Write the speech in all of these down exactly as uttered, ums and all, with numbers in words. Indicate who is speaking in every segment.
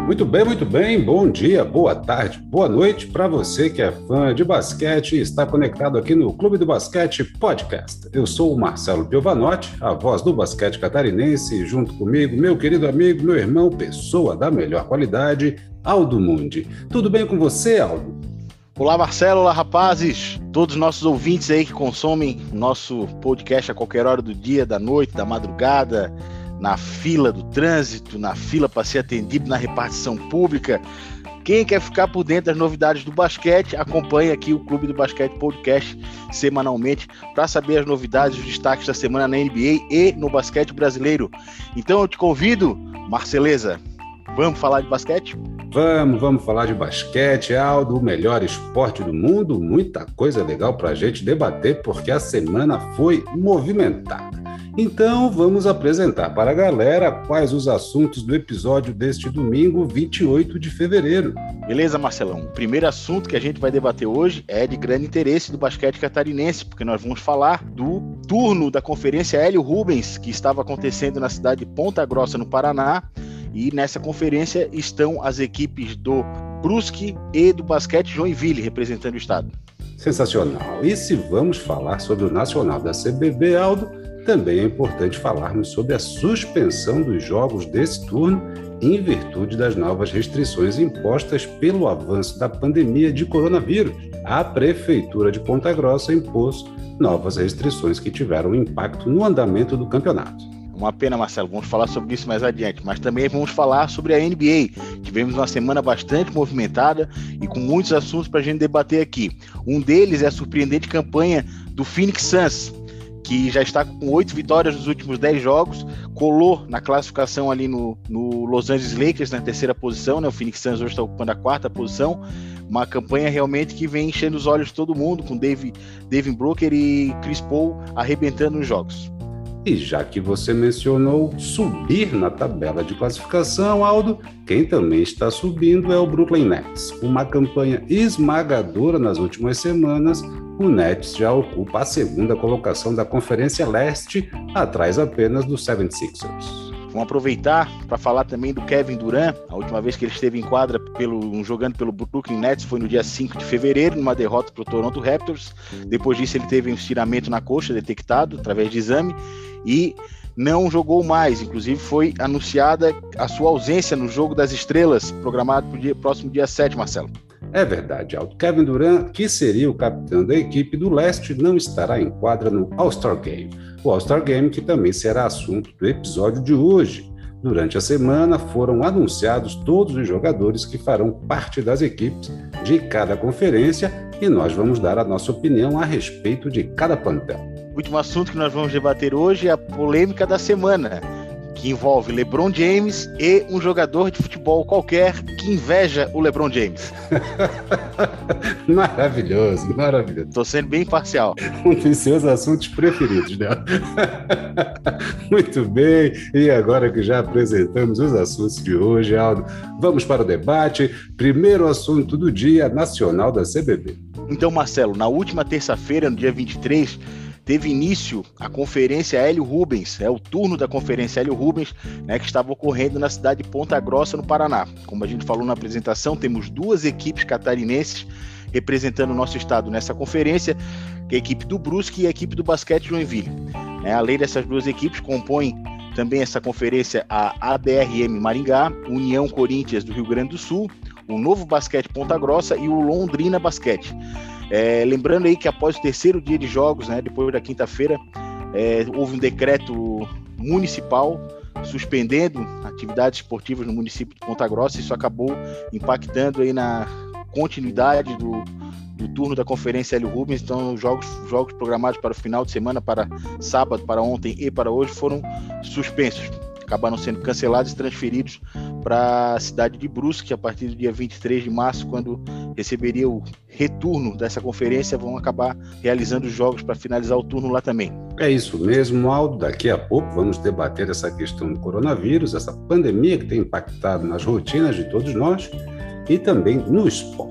Speaker 1: Muito bem, muito bem. Bom dia, boa tarde, boa noite para você que é fã de basquete e está conectado aqui no Clube do Basquete Podcast. Eu sou o Marcelo Piovanotti, a voz do basquete catarinense, e junto comigo, meu querido amigo, meu irmão, pessoa da melhor qualidade, Aldo Mundi. Tudo bem com você, Aldo?
Speaker 2: Olá, Marcelo, olá, rapazes, todos os nossos ouvintes aí que consomem nosso podcast a qualquer hora do dia, da noite, da madrugada, na fila do trânsito, na fila para ser atendido na repartição pública. Quem quer ficar por dentro das novidades do basquete, acompanhe aqui o Clube do Basquete Podcast semanalmente para saber as novidades e os destaques da semana na N B A e no basquete brasileiro. Então eu te convido, Marceleza, vamos falar de basquete?
Speaker 1: Vamos, vamos falar de basquete, Aldo, o melhor esporte do mundo. Muita coisa legal para a gente debater, porque a semana foi movimentada. Então, vamos apresentar para a galera quais os assuntos do episódio deste domingo, vinte e oito de fevereiro.
Speaker 2: Beleza, Marcelão? O primeiro assunto que a gente vai debater hoje é de grande interesse do basquete catarinense, porque nós vamos falar do turno da Conferência Hélio Rubens, que estava acontecendo na cidade de Ponta Grossa, no Paraná, e nessa conferência estão as equipes do Brusque e do Basquete Joinville, representando o estado.
Speaker 1: Sensacional! E se vamos falar sobre o Nacional da C B B, Aldo, também é importante falarmos sobre a suspensão dos jogos desse turno em virtude das novas restrições impostas pelo avanço da pandemia de coronavírus. A Prefeitura de Ponta Grossa impôs novas restrições que tiveram impacto no andamento do campeonato.
Speaker 2: Uma pena, Marcelo, vamos falar sobre isso mais adiante, mas também vamos falar sobre a N B A. Tivemos uma semana bastante movimentada e com muitos assuntos para a gente debater aqui. Um deles é a surpreendente campanha do Phoenix Suns, que já está com oito vitórias nos últimos dez jogos, colou na classificação ali no, no Los Angeles Lakers na terceira posição, né? O Phoenix Suns hoje está ocupando a quarta posição, uma campanha realmente que vem enchendo os olhos de todo mundo, com Dave, Devin Booker e Chris Paul arrebentando nos jogos.
Speaker 1: E já que você mencionou subir na tabela de classificação, Aldo, quem também está subindo é o Brooklyn Nets. Uma campanha esmagadora nas últimas semanas, o Nets já ocupa a segunda colocação da Conferência Leste, atrás apenas do setenta e seis ers.
Speaker 2: Vamos aproveitar para falar também do Kevin Durant. A última vez que ele esteve em quadra pelo, jogando pelo Brooklyn Nets foi no dia cinco de fevereiro, numa derrota para o Toronto Raptors. Depois disso ele teve um estiramento na coxa detectado através de exame e não jogou mais. Inclusive foi anunciada a sua ausência no Jogo das Estrelas, programado para o dia, próximo dia sete, Marcelo.
Speaker 1: É verdade, Aldo. Kevin Durant, que seria o capitão da equipe do Leste, não estará em quadra no All-Star Game. O All-Star Game que também será assunto do episódio de hoje. Durante a semana foram anunciados todos os jogadores que farão parte das equipes de cada conferência e nós vamos dar a nossa opinião a respeito de cada plantel.
Speaker 2: O último assunto que nós vamos debater hoje é a polêmica da semana, que envolve LeBron James e um jogador de futebol qualquer que inveja o LeBron James.
Speaker 1: Maravilhoso, maravilhoso.
Speaker 2: Estou sendo bem imparcial.
Speaker 1: Um dos seus assuntos preferidos, né? Muito bem, e agora que já apresentamos os assuntos de hoje, Aldo, vamos para o debate. Primeiro assunto do Dia Nacional da C B B.
Speaker 2: Então, Marcelo, na última terça-feira, no dia vinte e três, teve início a Conferência Hélio Rubens, é o turno da Conferência Hélio Rubens, né, que estava ocorrendo na cidade de Ponta Grossa, no Paraná. Como a gente falou na apresentação, temos duas equipes catarinenses representando o nosso estado nessa conferência, que é a equipe do Brusque e a equipe do Basquete Joinville. É, além dessas duas equipes, compõem também essa conferência a A D R M Maringá, União Corinthians do Rio Grande do Sul, o Novo Basquete Ponta Grossa e o Londrina Basquete. É, lembrando aí que após o terceiro dia de jogos, né, depois da quinta-feira, é, houve um decreto municipal suspendendo atividades esportivas no município de Ponta Grossa. Isso acabou impactando aí na continuidade do, do turno da Conferência Hélio Rubens. Então os jogos, jogos programados para o final de semana, para sábado, para ontem e para hoje, foram suspensos. Acabaram sendo cancelados e transferidos para a cidade de Brusque a partir do dia vinte e três de março, quando receberia o retorno dessa conferência. Vão acabar realizando os jogos para finalizar o turno lá também.
Speaker 1: É isso mesmo, Aldo. Daqui a pouco vamos debater essa questão do coronavírus, essa pandemia que tem impactado nas rotinas de todos nós e também no esporte.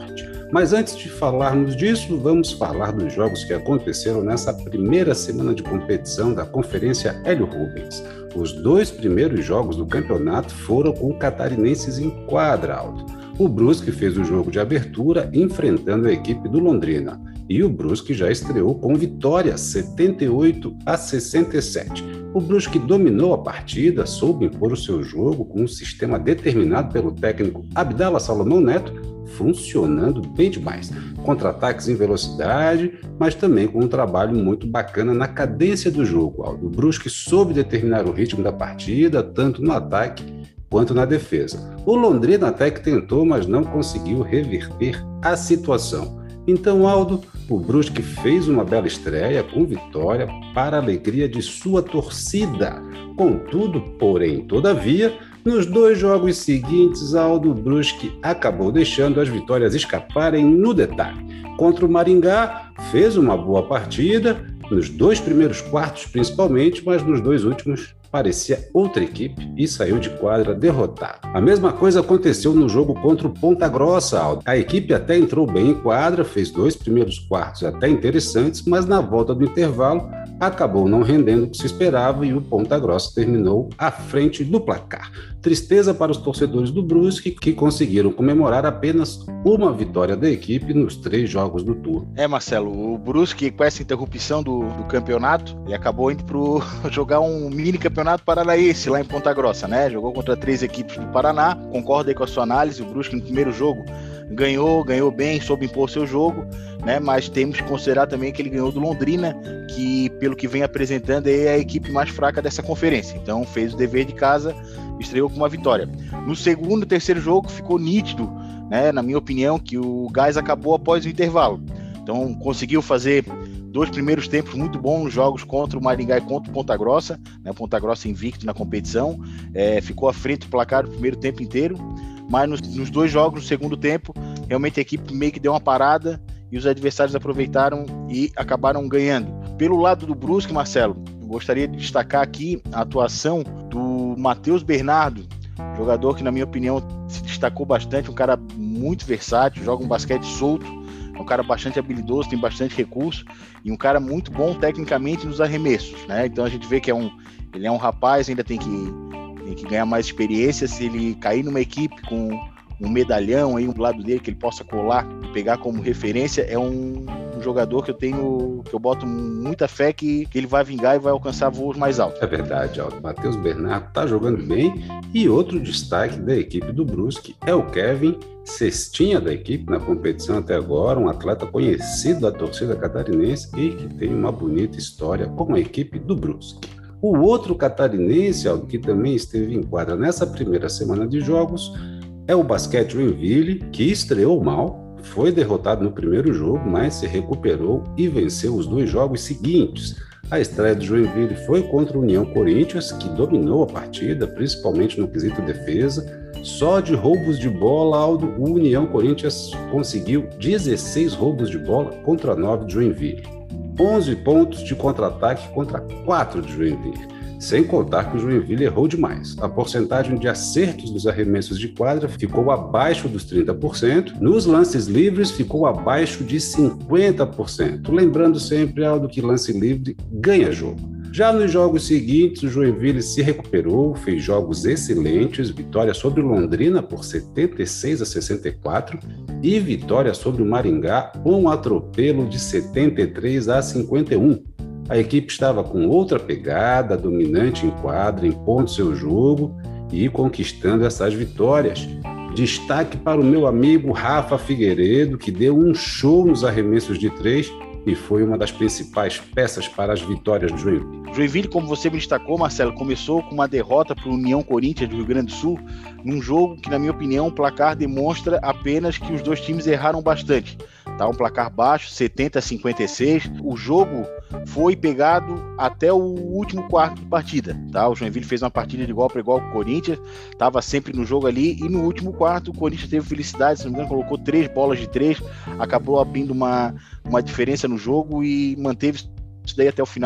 Speaker 1: Mas antes de falarmos disso, vamos falar dos jogos que aconteceram nessa primeira semana de competição da Conferência Hélio Rubens. Os dois primeiros jogos do campeonato foram com catarinenses em quadra, Aldo. O Brusque fez o jogo de abertura enfrentando a equipe do Londrina. E o Brusque já estreou com vitória setenta e oito a sessenta e sete. O Brusque dominou a partida, soube impor o seu jogo com um sistema determinado pelo técnico Abdala Salomão Neto, funcionando bem demais. Contra-ataques em velocidade, mas também com um trabalho muito bacana na cadência do jogo. O Brusque soube determinar o ritmo da partida, tanto no ataque quanto na defesa. O Londrina até que tentou, mas não conseguiu reverter a situação. Então, Aldo, o Brusque fez uma bela estreia com vitória para a alegria de sua torcida. Contudo, porém, todavia, nos dois jogos seguintes, Aldo, o Brusque acabou deixando as vitórias escaparem no detalhe. Contra o Maringá, fez uma boa partida, nos dois primeiros quartos principalmente, mas nos dois últimos parecia outra equipe e saiu de quadra derrotado. A mesma coisa aconteceu no jogo contra o Ponta Grossa, Aldo. A equipe até entrou bem em quadra, fez dois primeiros quartos até interessantes, mas na volta do intervalo acabou não rendendo o que se esperava e o Ponta Grossa terminou à frente do placar. Tristeza para os torcedores do Brusque, que conseguiram comemorar apenas uma vitória da equipe nos três jogos do turno.
Speaker 2: É, Marcelo, o Brusque, com essa interrupção do, do campeonato, ele acabou indo para jogar um mini campeonato paranaense lá em Ponta Grossa, né? Jogou contra três equipes do Paraná. Concordo aí com a sua análise, o Brusque no primeiro jogo ganhou, ganhou bem, soube impor seu jogo, né? Mas temos que considerar também que ele ganhou do Londrina, que pelo que vem apresentando é a equipe mais fraca dessa conferência. Então fez o dever de casa, estreou com uma vitória. No segundo e terceiro jogo ficou nítido, né, na minha opinião, que o gás acabou após o intervalo. Então conseguiu fazer dois primeiros tempos muito bons nos jogos contra o Maringá e contra o Ponta Grossa, né? Ponta Grossa invicto na competição, é, ficou à frente do placar o primeiro tempo inteiro, mas nos, nos dois jogos, no segundo tempo, realmente a equipe meio que deu uma parada e os adversários aproveitaram e acabaram ganhando. Pelo lado do Brusque, Marcelo, eu gostaria de destacar aqui a atuação do Matheus Bernardo, jogador que, na minha opinião, se destacou bastante, um cara muito versátil, joga um basquete solto, é um cara bastante habilidoso, tem bastante recurso e um cara muito bom tecnicamente nos arremessos, né? Então a gente vê que é um, ele é um rapaz, ainda tem que, tem que ganhar mais experiência. Se ele cair numa equipe com um medalhão aí do lado dele que ele possa colar e pegar como referência, é um, um jogador que eu tenho, que eu boto muita fé que, que ele vai vingar e vai alcançar voos mais altos.
Speaker 1: É verdade, Aldo. Matheus Bernardo tá jogando bem e outro destaque da equipe do Brusque é o Kevin, cestinha da equipe na competição até agora, um atleta conhecido da torcida catarinense e que tem uma bonita história com a equipe do Brusque. O outro catarinense, Aldo, que também esteve em quadra nessa primeira semana de jogos, é o Basquete Joinville, que estreou mal, foi derrotado no primeiro jogo, mas se recuperou e venceu os dois jogos seguintes. A estreia do Joinville foi contra o União Corinthians, que dominou a partida, principalmente no quesito defesa. Só de roubos de bola, Aldo, o União Corinthians conseguiu dezesseis roubos de bola contra nove de Joinville. onze pontos de contra-ataque contra quatro de Joinville. Sem contar que o Joinville errou demais. A porcentagem de acertos dos arremessos de quadra ficou abaixo dos trinta por cento, nos lances livres ficou abaixo de cinquenta por cento. Lembrando sempre, Aldo, que lance livre ganha jogo. Já nos jogos seguintes, o Joinville se recuperou, fez jogos excelentes, vitória sobre o Londrina por setenta e seis a sessenta e quatro e vitória sobre o Maringá, um atropelo de setenta e três a cinquenta e um. A equipe estava com outra pegada, dominante em quadra, impondo seu jogo e conquistando essas vitórias. Destaque para o meu amigo Rafa Figueiredo, que deu um show nos arremessos de três e foi uma das principais peças para as vitórias do Joinville.
Speaker 2: Joinville, como você me destacou, Marcelo, começou com uma derrota para o União Corinthians do Rio Grande do Sul, num jogo que, na minha opinião, o placar demonstra apenas que os dois times erraram bastante. Tá, um placar baixo, setenta a cinquenta e seis. O jogo foi pegado até o último quarto de partida. Tá? O Joinville fez uma partida de igual para igual com o Corinthians, estava sempre no jogo ali, e no último quarto o Corinthians teve felicidade, se não me engano, colocou três bolas de três, acabou abrindo uma, uma diferença no jogo e manteve isso daí até o final,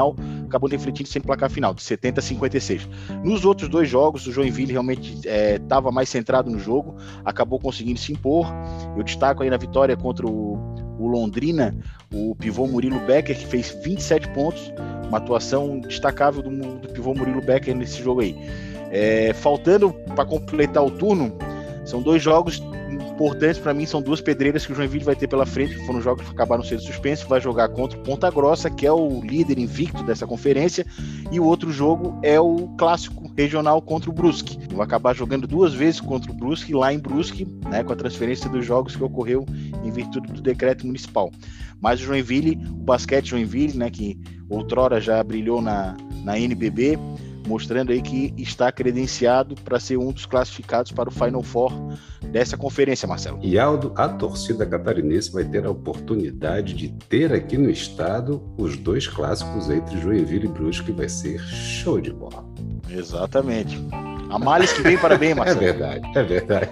Speaker 2: acabou refletindo sempre no placar final, de setenta a cinquenta e seis. Nos outros dois jogos, o Joinville realmente estava é, mais centrado no jogo, acabou conseguindo se impor. Eu destaco aí na vitória contra o, o Londrina, o pivô Murilo Becker, que fez vinte e sete pontos, uma atuação destacável do, do pivô Murilo Becker nesse jogo aí. É, faltando para completar o turno, são dois jogos importantes para mim, são duas pedreiras que o Joinville vai ter pela frente, que foram jogos que acabaram sendo suspensos. Vai jogar contra o Ponta Grossa, que é o líder invicto dessa conferência, e o outro jogo é o clássico regional contra o Brusque. Vai acabar jogando duas vezes contra o Brusque, lá em Brusque, né, com a transferência dos jogos que ocorreu em virtude do decreto municipal. Mas o Joinville, o basquete Joinville, né, que outrora já brilhou na, na N B B, mostrando aí que está credenciado para ser um dos classificados para o Final Four dessa conferência, Marcelo.
Speaker 1: E Aldo, a torcida catarinense vai ter a oportunidade de ter aqui no estado os dois clássicos entre Joinville e Brusque, que vai ser show de bola.
Speaker 2: Exatamente. A males que vem para bem, Marcelo.
Speaker 1: É verdade, é verdade.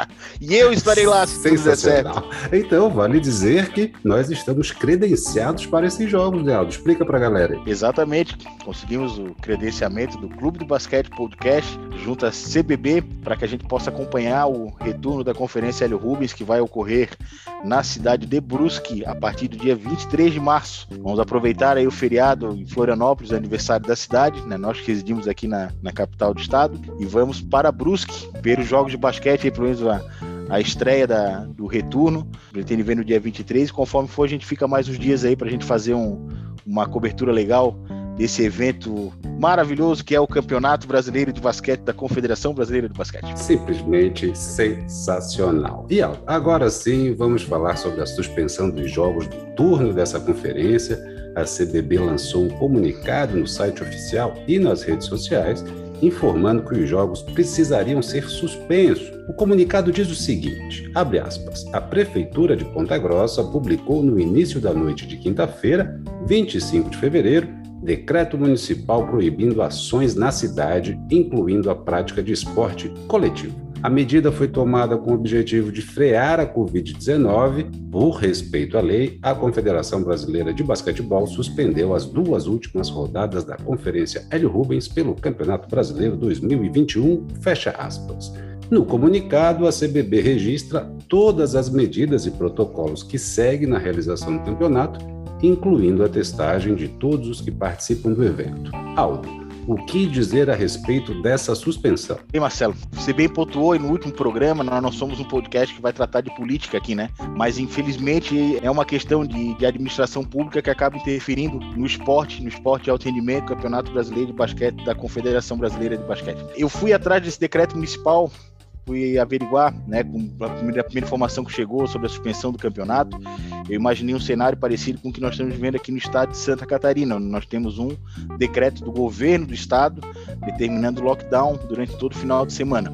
Speaker 2: E eu estarei lá se tudo der certo.
Speaker 1: Então, vale dizer que nós estamos credenciados para esses jogos, né, Aldo? Explica pra galera aí.
Speaker 2: Exatamente. Conseguimos o credenciamento do Clube do Basquete Podcast junto à C B B para que a gente possa acompanhar o retorno da Conferência Hélio Rubens, que vai ocorrer na cidade de Brusque a partir do dia vinte e três de março. Vamos aproveitar aí o feriado em Florianópolis, aniversário da cidade, né? Nós que residimos aqui na, na capital do estado, e vamos para Brusque ver os jogos de basquete, aí, pelo menos a, a estreia da, do retorno. Pretende ver no dia vinte e três, conforme for a gente fica mais uns dias aí para a gente fazer um, uma cobertura legal desse evento maravilhoso que é o Campeonato Brasileiro de Basquete da Confederação Brasileira de Basquete.
Speaker 1: Simplesmente sensacional. E agora sim, vamos falar sobre a suspensão dos jogos do turno dessa conferência. A C B B lançou um comunicado no site oficial e nas redes sociais, informando que os jogos precisariam ser suspensos. O comunicado diz o seguinte, abre aspas, a Prefeitura de Ponta Grossa publicou no início da noite de quinta-feira, vinte e cinco de fevereiro, decreto municipal proibindo ações na cidade, incluindo a prática de esporte coletivo. A medida foi tomada com o objetivo de frear a covid dezenove. Por respeito à lei, a Confederação Brasileira de Basquetebol suspendeu as duas últimas rodadas da Conferência Hélio Rubens pelo Campeonato Brasileiro dois mil e vinte e um, fecha aspas. No comunicado, a C B B registra todas as medidas e protocolos que seguem na realização do campeonato, incluindo a testagem de todos os que participam do evento. Aldo, o que dizer a respeito dessa suspensão?
Speaker 2: E Marcelo, você bem pontuou e no último programa, nós não somos um podcast que vai tratar de política aqui, né? Mas infelizmente é uma questão de, de administração pública que acaba interferindo no esporte, no esporte de alto rendimento, Campeonato Brasileiro de Basquete da Confederação Brasileira de Basquete. Eu fui atrás desse decreto municipal, fui averiguar, né, com a primeira, a primeira informação que chegou sobre a suspensão do campeonato. Eu imaginei um cenário parecido com o que nós estamos vendo aqui no estado de Santa Catarina, onde nós temos um decreto do governo do estado determinando lockdown durante todo o final de semana.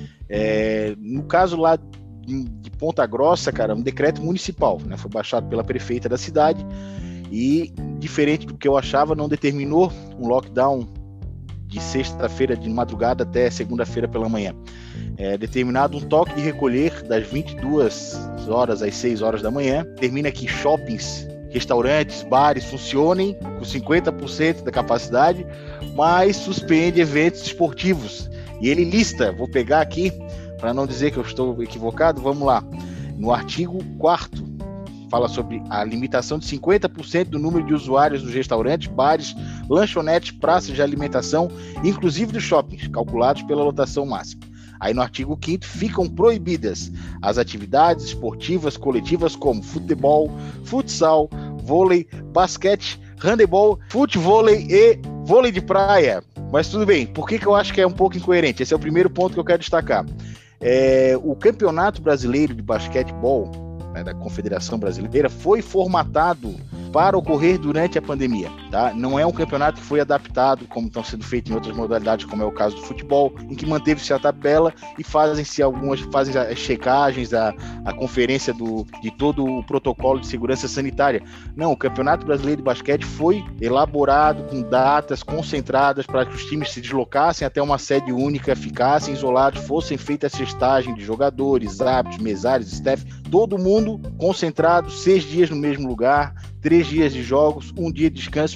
Speaker 2: É, no caso lá de Ponta Grossa, cara, um decreto municipal, né, foi baixado pela prefeita da cidade e, diferente do que eu achava, não determinou um lockdown de sexta-feira de madrugada até segunda-feira pela manhã. É determinado um toque de recolher das vinte e duas horas às seis horas da manhã. Termina que shoppings, restaurantes, bares funcionem com cinquenta por cento da capacidade, mas suspende eventos esportivos. E ele lista, vou pegar aqui, para não dizer que eu estou equivocado, vamos lá. No artigo quarto, fala sobre a limitação de cinquenta por cento do número de usuários dos restaurantes, bares, lanchonetes, praças de alimentação, inclusive dos shoppings, calculados pela lotação máxima. Aí no artigo quinto ficam proibidas as atividades esportivas coletivas como futebol, futsal, vôlei, basquete, handebol, futevôlei e vôlei de praia. Mas tudo bem, por que, que eu acho que é um pouco incoerente? Esse é o primeiro ponto que eu quero destacar. É, o Campeonato Brasileiro de Basquetebol, né, da Confederação Brasileira, foi formatado para ocorrer durante a pandemia, tá? Não é um campeonato que foi adaptado como estão sendo feito em outras modalidades, como é o caso do futebol, em que manteve-se a tabela e fazem-se algumas, fazem as checagens, a, a conferência do, de todo o protocolo de segurança sanitária. Não, o Campeonato Brasileiro de Basquete foi elaborado com datas concentradas para que os times se deslocassem até uma sede única, ficassem isolados, fossem feitas a testagem de jogadores, árbitros, mesários, staff, todo mundo concentrado, seis dias no mesmo lugar, três dias de jogos, um dia de descanso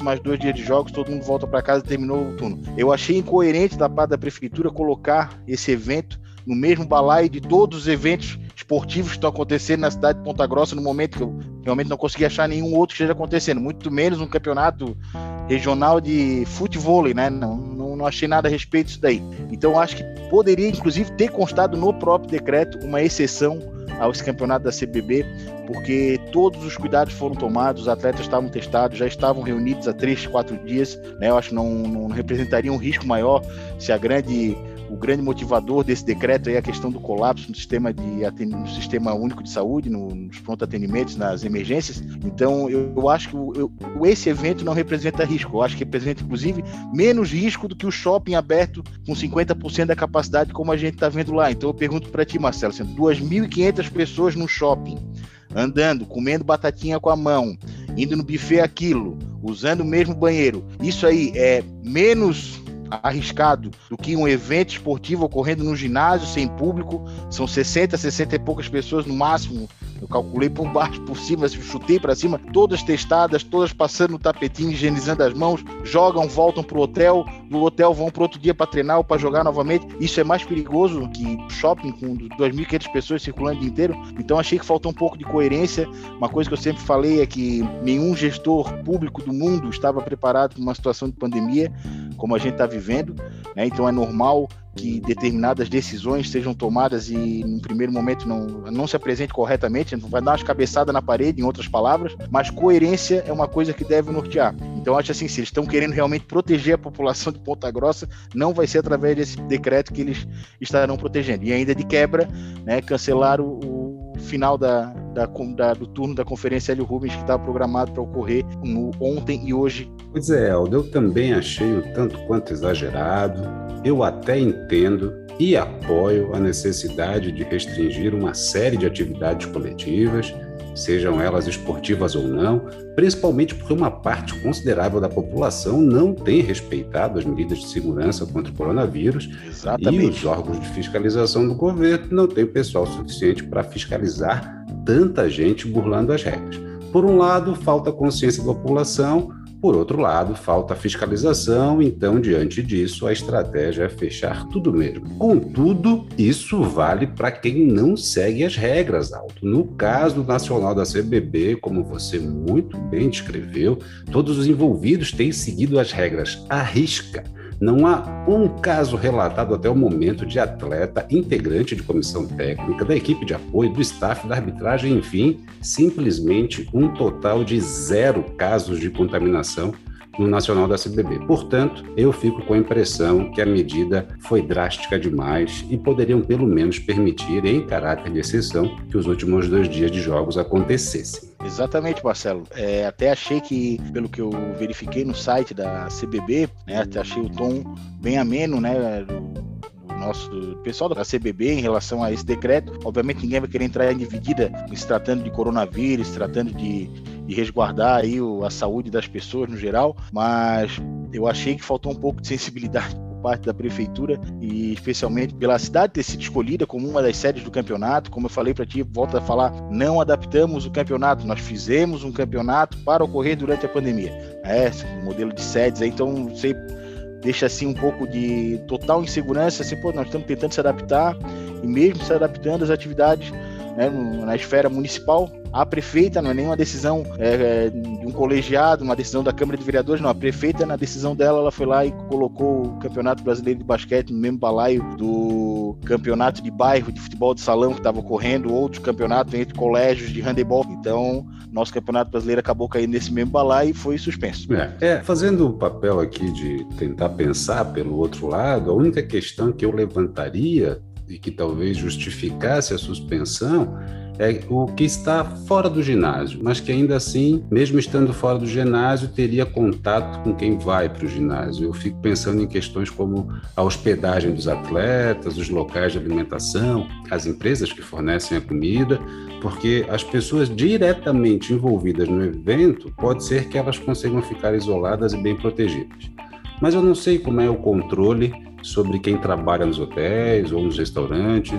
Speaker 2: isso, mais dois dias de jogos, todo mundo volta para casa e terminou o turno. Eu achei incoerente da parte da prefeitura colocar esse evento no mesmo balaio de todos os eventos esportivos que estão acontecendo na cidade de Ponta Grossa no momento, que eu realmente não consegui achar nenhum outro que esteja acontecendo, muito menos um campeonato regional de futebol, né? Não, não, não achei nada a respeito disso daí. Então acho que poderia inclusive ter constado no próprio decreto uma exceção a esse campeonato da C B B, porque todos os cuidados foram tomados, os atletas estavam testados, já estavam reunidos há três, quatro dias, né? Eu acho que não, não representaria um risco maior se a grande, o grande motivador desse decreto é a questão do colapso no sistema, de, no sistema único de saúde, no, nos pronto atendimentos, nas emergências. Então eu, eu acho que o, eu, esse evento não representa risco, eu acho que representa inclusive menos risco do que o shopping aberto com cinquenta por cento da capacidade, como a gente está vendo lá. Então eu pergunto para ti, Marcelo, sendo duas mil e quinhentas pessoas no shopping, andando, comendo batatinha com a mão, indo no buffet aquilo, usando o mesmo banheiro, isso aí é menos arriscado do que um evento esportivo ocorrendo no ginásio sem público? São sessenta, sessenta e poucas pessoas no máximo. Eu calculei por baixo, por cima, chutei para cima, todas testadas, todas passando no tapetinho, higienizando as mãos, jogam, voltam pro hotel, do hotel vão pro outro dia para treinar ou para jogar novamente. Isso é mais perigoso que shopping com duas mil e quinhentas pessoas circulando o dia inteiro. Então achei que faltou um pouco de coerência. Uma coisa que eu sempre falei é que nenhum gestor público do mundo estava preparado para uma situação de pandemia como a gente está vivendo, né? Então é normal que determinadas decisões sejam tomadas e, no primeiro momento, não, não se apresente corretamente, vai dar umas cabeçadas na parede, em outras palavras, mas coerência é uma coisa que deve nortear. Então, acho assim, se eles estão querendo realmente proteger a população de Ponta Grossa, não vai ser através desse decreto que eles estarão protegendo. E ainda de quebra, né, cancelaram o, o final da, da, da, do turno da Conferência Hélio Rubens, que estava programado para ocorrer no, ontem e hoje.
Speaker 1: Pois é, Aldo, eu também achei o tanto quanto exagerado. Eu até entendo e apoio a necessidade de restringir uma série de atividades coletivas, sejam elas esportivas ou não, principalmente porque uma parte considerável da população não tem respeitado as medidas de segurança contra o coronavírus.
Speaker 2: Exatamente.
Speaker 1: E os órgãos de fiscalização do governo não têm pessoal suficiente para fiscalizar tanta gente burlando as regras. Por um lado, falta consciência da população. Por outro lado, falta fiscalização, então, diante disso, a estratégia é fechar tudo mesmo. Contudo, isso vale para quem não segue as regras, Aldo. No caso nacional da C B B, como você muito bem descreveu, todos os envolvidos têm seguido as regras à risca. Não há um caso relatado até o momento de atleta, integrante de comissão técnica, da equipe de apoio, do staff, da arbitragem, enfim, simplesmente um total de zero casos de contaminação no Nacional da C B B. Portanto, eu fico com a impressão que a medida foi drástica demais e poderiam pelo menos permitir, em caráter de exceção, que os últimos dois dias de jogos acontecessem.
Speaker 2: Exatamente, Marcelo. É, até achei que, pelo que eu verifiquei no site da C B B, né, até achei o tom bem ameno, né, do nosso pessoal da C B B em relação a esse decreto. Obviamente ninguém vai querer entrar em dividida se tratando de coronavírus, se tratando de, de resguardar aí o, a saúde das pessoas no geral, mas eu achei que faltou um pouco de sensibilidade por parte da prefeitura e especialmente pela cidade ter sido escolhida como uma das sedes do campeonato. Como eu falei para ti, volto a falar, não adaptamos o campeonato, nós fizemos um campeonato para ocorrer durante a pandemia. É, um modelo de sedes aí, então não sei, deixa assim um pouco de total insegurança, assim, pô, nós estamos tentando se adaptar e mesmo se adaptando às atividades, né, na esfera municipal, a prefeita, não é nenhuma decisão é, de um colegiado, uma decisão da Câmara de Vereadores, não, a prefeita, na decisão dela, ela foi lá e colocou o Campeonato Brasileiro de Basquete no mesmo balaio do campeonato de bairro de futebol de salão que estava ocorrendo, outros campeonatos entre colégios de handebol. Então, nosso Campeonato Brasileiro acabou caindo nesse mesmo balaio e foi suspenso.
Speaker 1: É, é, fazendo o papel aqui de tentar pensar pelo outro lado, a única questão que eu levantaria e que talvez justificasse a suspensão é o que está fora do ginásio, mas que ainda assim, mesmo estando fora do ginásio, teria contato com quem vai para o ginásio. Eu fico pensando em questões como a hospedagem dos atletas, os locais de alimentação, as empresas que fornecem a comida, porque as pessoas diretamente envolvidas no evento, pode ser que elas consigam ficar isoladas e bem protegidas. Mas eu não sei como é o controle sobre quem trabalha nos hotéis ou nos restaurantes.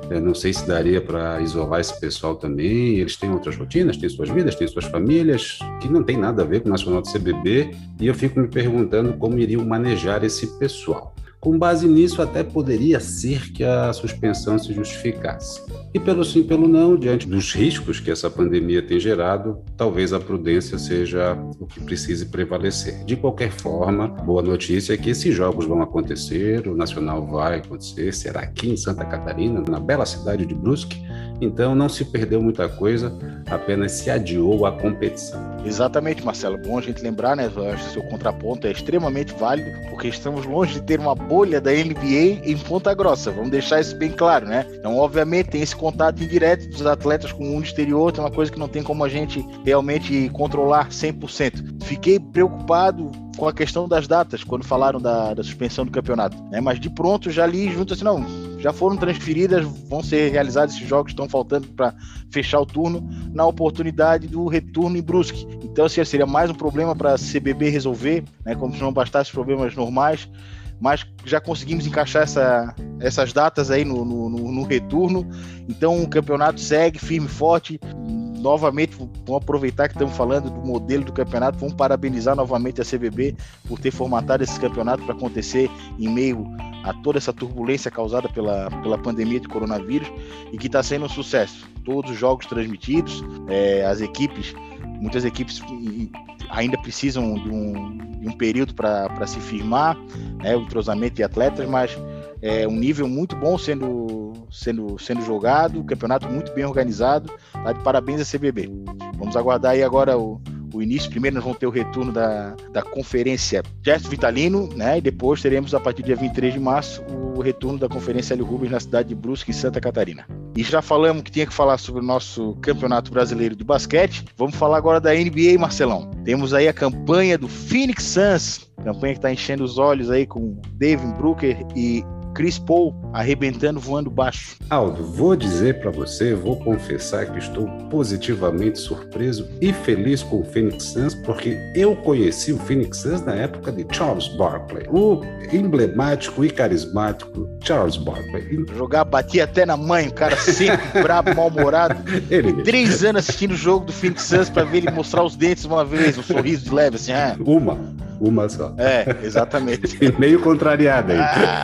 Speaker 1: Eu não sei se daria para isolar esse pessoal também. Eles têm outras rotinas, têm suas vidas, têm suas famílias, que não tem nada a ver com o Nacional do C B B, e eu fico me perguntando como iriam manejar esse pessoal. Com base nisso, até poderia ser que a suspensão se justificasse. E pelo sim, pelo não, diante dos riscos que essa pandemia tem gerado, talvez a prudência seja o que precise prevalecer. De qualquer forma, boa notícia é que esses jogos vão acontecer, o Nacional vai acontecer, será aqui em Santa Catarina, na bela cidade de Brusque. Então não se perdeu muita coisa, apenas se adiou a competição.
Speaker 2: Exatamente, Marcelo. Bom a gente lembrar, né? Eu acho que o seu contraponto é extremamente válido, porque estamos longe de ter uma bolha da N B A em Ponta Grossa. Vamos deixar isso bem claro, né? Então, obviamente, tem esse contato indireto dos atletas com o mundo exterior, é uma coisa que não tem como a gente realmente controlar cem por cento. Fiquei preocupado com a questão das datas, quando falaram da, da suspensão do campeonato, né? Mas de pronto já li junto assim, não, já foram transferidas, vão ser realizados esses jogos, estão faltando para fechar o turno, na oportunidade do retorno em Brusque. Então, assim, seria mais um problema para a C B B resolver, né? Como se não bastasse os problemas normais, mas já conseguimos encaixar essa, essas datas aí no, no, no retorno. Então o campeonato segue firme e forte. Novamente, vamos aproveitar que estamos falando do modelo do campeonato, vamos parabenizar novamente a C B B por ter formatado esse campeonato para acontecer em meio a toda essa turbulência causada pela, pela pandemia de coronavírus, e que está sendo um sucesso. Todos os jogos transmitidos, é, as equipes, muitas equipes ainda precisam de um, de um período para se firmar, né, o entrosamento de atletas, mas é um nível muito bom sendo, sendo, sendo jogado, o campeonato muito bem organizado, tá? De parabéns à C B B. Vamos aguardar aí agora o, o início. Primeiro nós vamos ter o retorno da, da conferência Gesto Vitalino, né? E depois teremos, a partir do dia vinte e três de março, o retorno da conferência Hélio Rubens na cidade de Brusque, em Santa Catarina. E já falamos que tinha que falar sobre o nosso Campeonato Brasileiro de Basquete. Vamos falar agora da N B A, Marcelão. Temos aí a campanha do Phoenix Suns, campanha que está enchendo os olhos aí com Devin Booker e Chris Paul arrebentando, voando baixo.
Speaker 1: Aldo, vou dizer para você, vou confessar que estou positivamente surpreso e feliz com o Phoenix Suns, porque eu conheci o Phoenix Suns na época de Charles Barkley, o emblemático e carismático Charles Barkley.
Speaker 2: Jogar, batia até na mãe, o cara sempre brabo, mal-humorado. Ele Três anos assistindo o jogo do Phoenix Suns para ver ele mostrar os dentes uma vez, um sorriso de leve, assim. Ah.
Speaker 1: Uma, uma só.
Speaker 2: É, exatamente.
Speaker 1: Meio contrariada aí.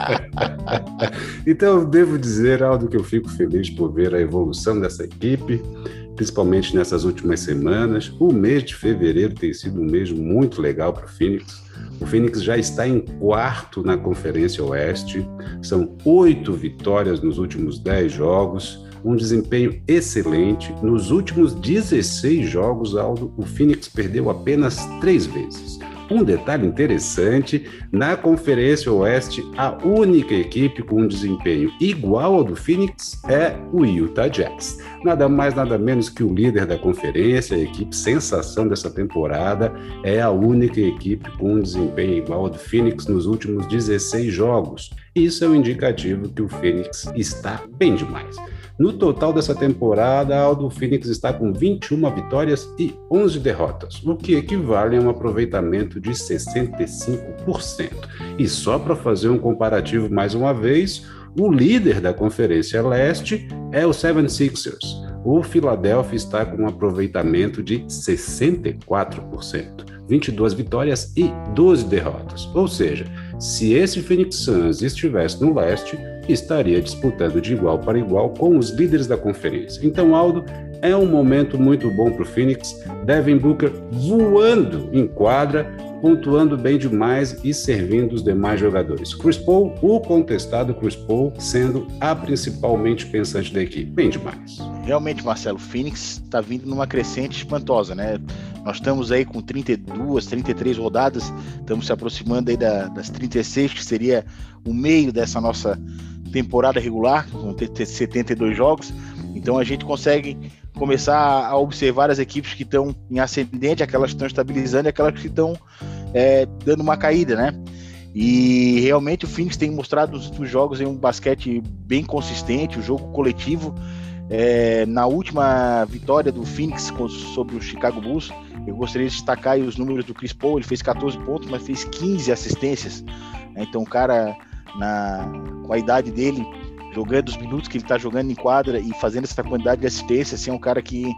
Speaker 1: Ah. Então eu devo dizer, Aldo, que eu fico feliz por ver a evolução dessa equipe, principalmente nessas últimas semanas. O mês de fevereiro tem sido um mês muito legal para o Phoenix. O Phoenix já está em quarto na Conferência Oeste, são oito vitórias nos últimos dez jogos, um desempenho excelente. Nos últimos dezesseis jogos, Aldo, o Phoenix perdeu apenas três vezes. Um detalhe interessante, na Conferência Oeste, a única equipe com um desempenho igual ao do Phoenix é o Utah Jazz. Nada mais, nada menos que o líder da conferência, a equipe sensação dessa temporada, é a única equipe com um desempenho igual ao do Phoenix nos últimos dezesseis jogos. Isso é um indicativo que o Phoenix está bem demais. No total dessa temporada, o Phoenix está com vinte e uma vitórias e onze derrotas, o que equivale a um aproveitamento de sessenta e cinco por cento. E só para fazer um comparativo mais uma vez, o líder da Conferência Leste é o seventy-sixers. O Philadelphia está com um aproveitamento de sessenta e quatro por cento, vinte e duas vitórias e doze derrotas. Ou seja, se esse Phoenix Suns estivesse no leste, estaria disputando de igual para igual com os líderes da conferência. Então, Aldo, é um momento muito bom para o Phoenix. Devin Booker voando em quadra, pontuando bem demais e servindo os demais jogadores. Chris Paul, o contestado Chris Paul, sendo a principalmente pensante da equipe. Bem demais.
Speaker 2: Realmente, Marcelo, o Phoenix está vindo numa crescente espantosa, né? Nós estamos aí com trinta e duas, trinta e três rodadas, estamos se aproximando aí da, das trinta e seis, que seria o meio dessa nossa temporada regular, vão ter setenta e dois jogos. Então a gente consegue começar a observar as equipes que estão em ascendente, aquelas que estão estabilizando e aquelas que estão é, dando uma caída, né? E realmente o Phoenix tem mostrado nos últimos jogos em um basquete bem consistente, o jogo coletivo. É, na última vitória do Phoenix sobre o Chicago Bulls, eu gostaria de destacar aí os números do Chris Paul. Ele fez catorze pontos, mas fez quinze assistências, né? Então o cara, na, com a idade dele, jogando os minutos que ele está jogando em quadra e fazendo essa quantidade de assistência, assim, é um cara que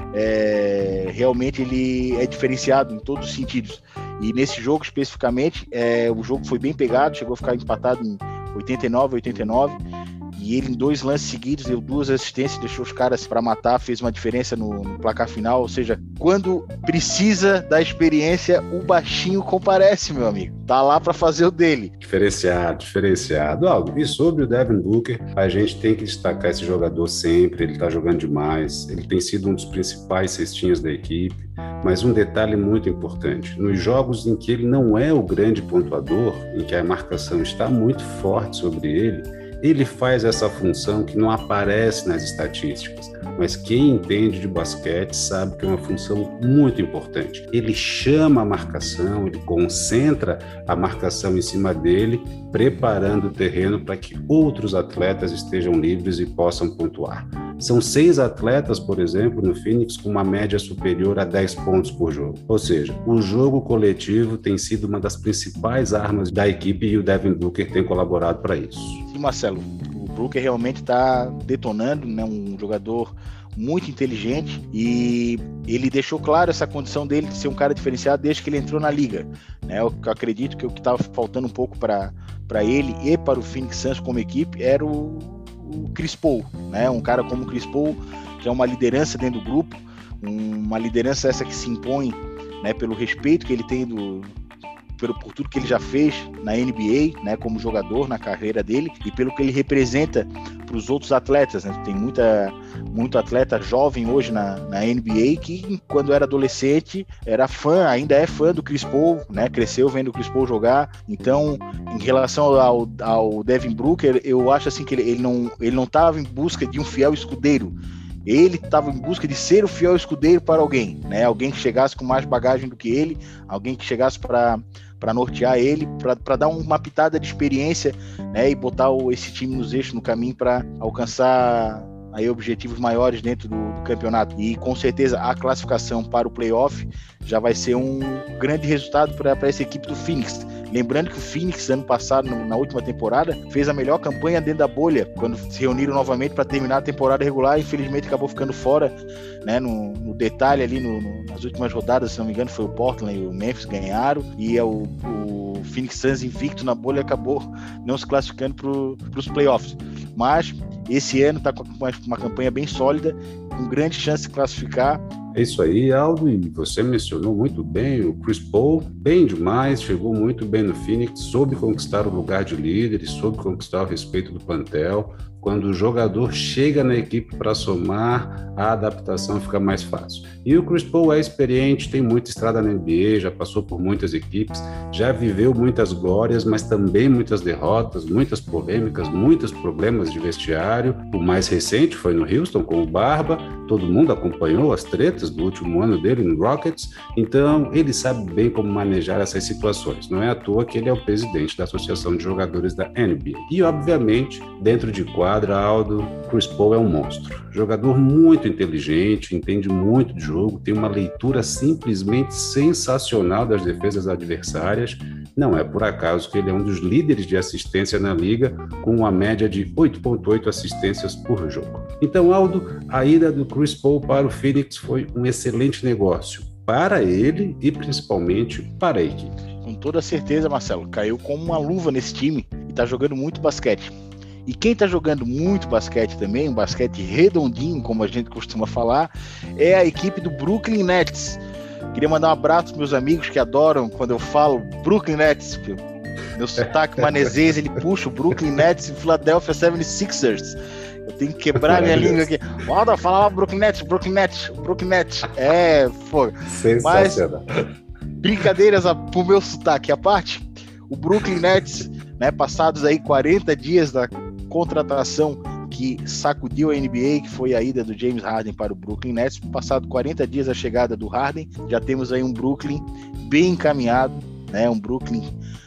Speaker 2: é, realmente ele é diferenciado em todos os sentidos. E nesse jogo especificamente, é, o jogo foi bem pegado, chegou a ficar empatado em oitenta e nove a oitenta e nove, e ele em dois lances seguidos deu duas assistências, deixou os caras para matar, fez uma diferença no, no placar final. Ou seja, quando precisa da experiência, o baixinho comparece, meu amigo, tá lá para fazer o dele.
Speaker 1: Diferenciado, diferenciado. Algo. E sobre o Devin Booker, a gente tem que destacar esse jogador sempre, ele tá jogando demais, ele tem sido um dos principais cestinhas da equipe. Mas um detalhe muito importante, nos jogos em que ele não é o grande pontuador, em que a marcação está muito forte sobre ele, ele faz essa função que não aparece nas estatísticas, mas quem entende de basquete sabe que é uma função muito importante. Ele chama a marcação, ele concentra a marcação em cima dele, preparando o terreno para que outros atletas estejam livres e possam pontuar. São seis atletas, por exemplo, no Phoenix, com uma média superior a dez pontos por jogo. Ou seja, o jogo coletivo tem sido uma das principais armas da equipe e o Devin Booker tem colaborado para isso.
Speaker 2: Sim, Marcelo, o Booker realmente está detonando, né? Um jogador muito inteligente, e ele deixou claro essa condição dele de ser um cara diferenciado desde que ele entrou na liga, né? Eu acredito que o que estava faltando um pouco para ele e para o Phoenix Suns como equipe era o o Chris Paul, né? Um cara como o Chris Paul, que é uma liderança dentro do grupo, uma liderança essa que se impõe, né, pelo respeito que ele tem do, pelo, por tudo que ele já fez na N B A, né, como jogador na carreira dele, e pelo que ele representa para os outros atletas, né? Tem muita, muito atleta jovem hoje na, na N B A que, quando era adolescente, era fã, ainda é fã do Chris Paul, né? Cresceu vendo o Chris Paul jogar. Então, em relação ao, ao Devin Booker, eu acho assim que ele, ele não ele não estava em busca de um fiel escudeiro. Ele estava em busca de ser o fiel escudeiro para alguém, né? Alguém que chegasse com mais bagagem do que ele, alguém que chegasse para para nortear ele, para dar uma pitada de experiência, né? E botar o, esse time nos eixos, no caminho para alcançar aí objetivos maiores dentro do, do campeonato. E com certeza a classificação para o playoff já vai ser um grande resultado para essa equipe do Phoenix. Lembrando que o Phoenix, ano passado, na última temporada, fez a melhor campanha dentro da bolha, quando se reuniram novamente para terminar a temporada regular. Infelizmente acabou ficando fora, né, no, no detalhe ali, no, no, nas últimas rodadas, se não me engano, foi o Portland e o Memphis ganharam, e é o, o Phoenix Suns invicto na bolha acabou não se classificando para os playoffs. Mas esse ano está com uma, uma campanha bem sólida, com grande chance de classificar.
Speaker 1: É isso aí, Aldo, e você mencionou muito bem o Chris Paul, bem demais, chegou muito bem no Phoenix, soube conquistar o lugar de líder e soube conquistar o respeito do plantel. Quando o jogador chega na equipe para somar, a adaptação fica mais fácil. E o Chris Paul é experiente, tem muita estrada na N B A, já passou por muitas equipes, já viveu muitas glórias, mas também muitas derrotas, muitas polêmicas, muitos problemas de vestiário. O mais recente foi no Houston com o Barba, todo mundo acompanhou as tretas do último ano dele no Rockets, então ele sabe bem como manejar essas situações. Não é à toa que ele é o presidente da Associação de Jogadores da N B A. E, obviamente, dentro de quadra, Aldo, Chris Paul é um monstro. Jogador muito inteligente, entende muito de jogo, tem uma leitura simplesmente sensacional das defesas adversárias. Não é por acaso que ele é um dos líderes de assistência na liga, com uma média de oito vírgula oito assistências por jogo. Então, Aldo, a ida do Chris Paul para o Phoenix foi um excelente negócio para ele e principalmente para a equipe.
Speaker 2: Com toda certeza, Marcelo, caiu como uma luva nesse time e está jogando muito basquete. E quem está jogando muito basquete também, um basquete redondinho, como a gente costuma falar, é a equipe do Brooklyn Nets. Queria mandar um abraço para meus amigos que adoram quando eu falo Brooklyn Nets. Meu sotaque manezês, ele puxa o Brooklyn Nets e Philadelphia setenta e seis ers. Eu tenho que quebrar minha língua aqui. Alda, falava Brooklyn Nets, Brooklyn Nets, Brooklyn Nets. É, pô.
Speaker 1: Sensacional.
Speaker 2: Mas, brincadeiras pro meu sotaque à parte, o Brooklyn Nets, né, passados aí quarenta dias da contratação que sacudiu a N B A, que foi a ida do James Harden para o Brooklyn Nets, passado quarenta dias da chegada do Harden, já temos aí um Brooklyn bem encaminhado, né, um Brooklyn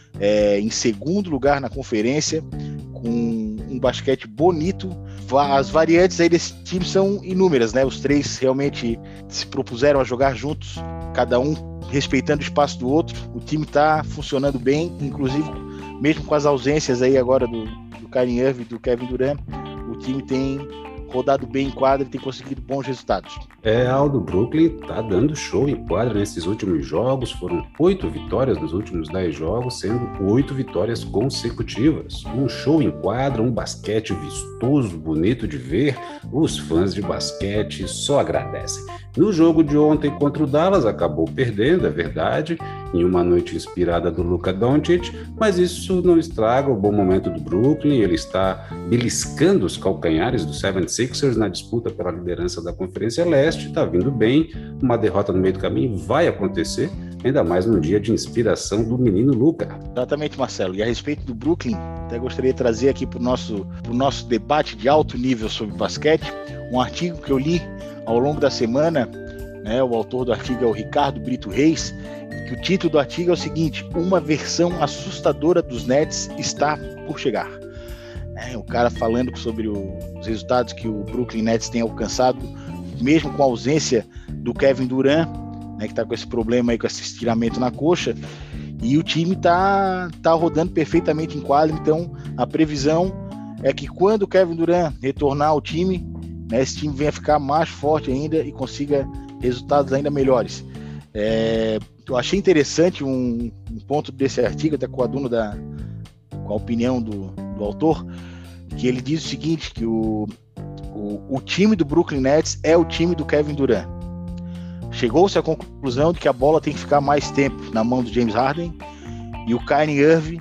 Speaker 2: é, em segundo lugar na conferência, com um basquete bonito. As variantes aí desse time são inúmeras, né? Os três realmente se propuseram a jogar juntos, cada um respeitando o espaço do outro. O time está funcionando bem, inclusive mesmo com as ausências aí agora do, do Kyrie Irving e do Kevin Durant, time tem rodado bem em quadra e tem conseguido bons resultados.
Speaker 1: É, Aldo, Brooklyn tá dando show em quadra nesses últimos jogos, foram oito vitórias nos últimos dez jogos, sendo oito vitórias consecutivas. Um show em quadra, um basquete vistoso, bonito de ver, os fãs de basquete só agradecem. No jogo de ontem contra o Dallas, acabou perdendo, é verdade, em uma noite inspirada do Luka Doncic, mas isso não estraga o bom momento do Brooklyn, ele está beliscando os calcanhares do seventy sixers na disputa pela liderança da Conferência Leste, está vindo bem, uma derrota no meio do caminho vai acontecer, ainda mais num dia de inspiração do menino Luka.
Speaker 2: Exatamente, Marcelo, e a respeito do Brooklyn, até gostaria de trazer aqui para o nosso, pro nosso debate de alto nível sobre basquete, um artigo que eu li ao longo da semana, né, o autor do artigo é o Ricardo Brito Reis, que o título do artigo é o seguinte: uma versão assustadora dos Nets está por chegar. É, o cara falando sobre o, os resultados que o Brooklyn Nets tem alcançado, mesmo com a ausência do Kevin Durant, né, que está com esse problema aí, com esse estiramento na coxa, e o time está tá rodando perfeitamente em quadra. Então a previsão é que quando o Kevin Durant retornar ao time, né, esse time venha ficar mais forte ainda e consiga resultados ainda melhores. É, eu achei interessante um, um ponto desse artigo, até com a Duno da, com a opinião do, do autor, que ele diz o seguinte, que o, o, o time do Brooklyn Nets é o time do Kevin Durant. Chegou-se à conclusão de que a bola tem que ficar mais tempo na mão do James Harden, e o Kyrie Irving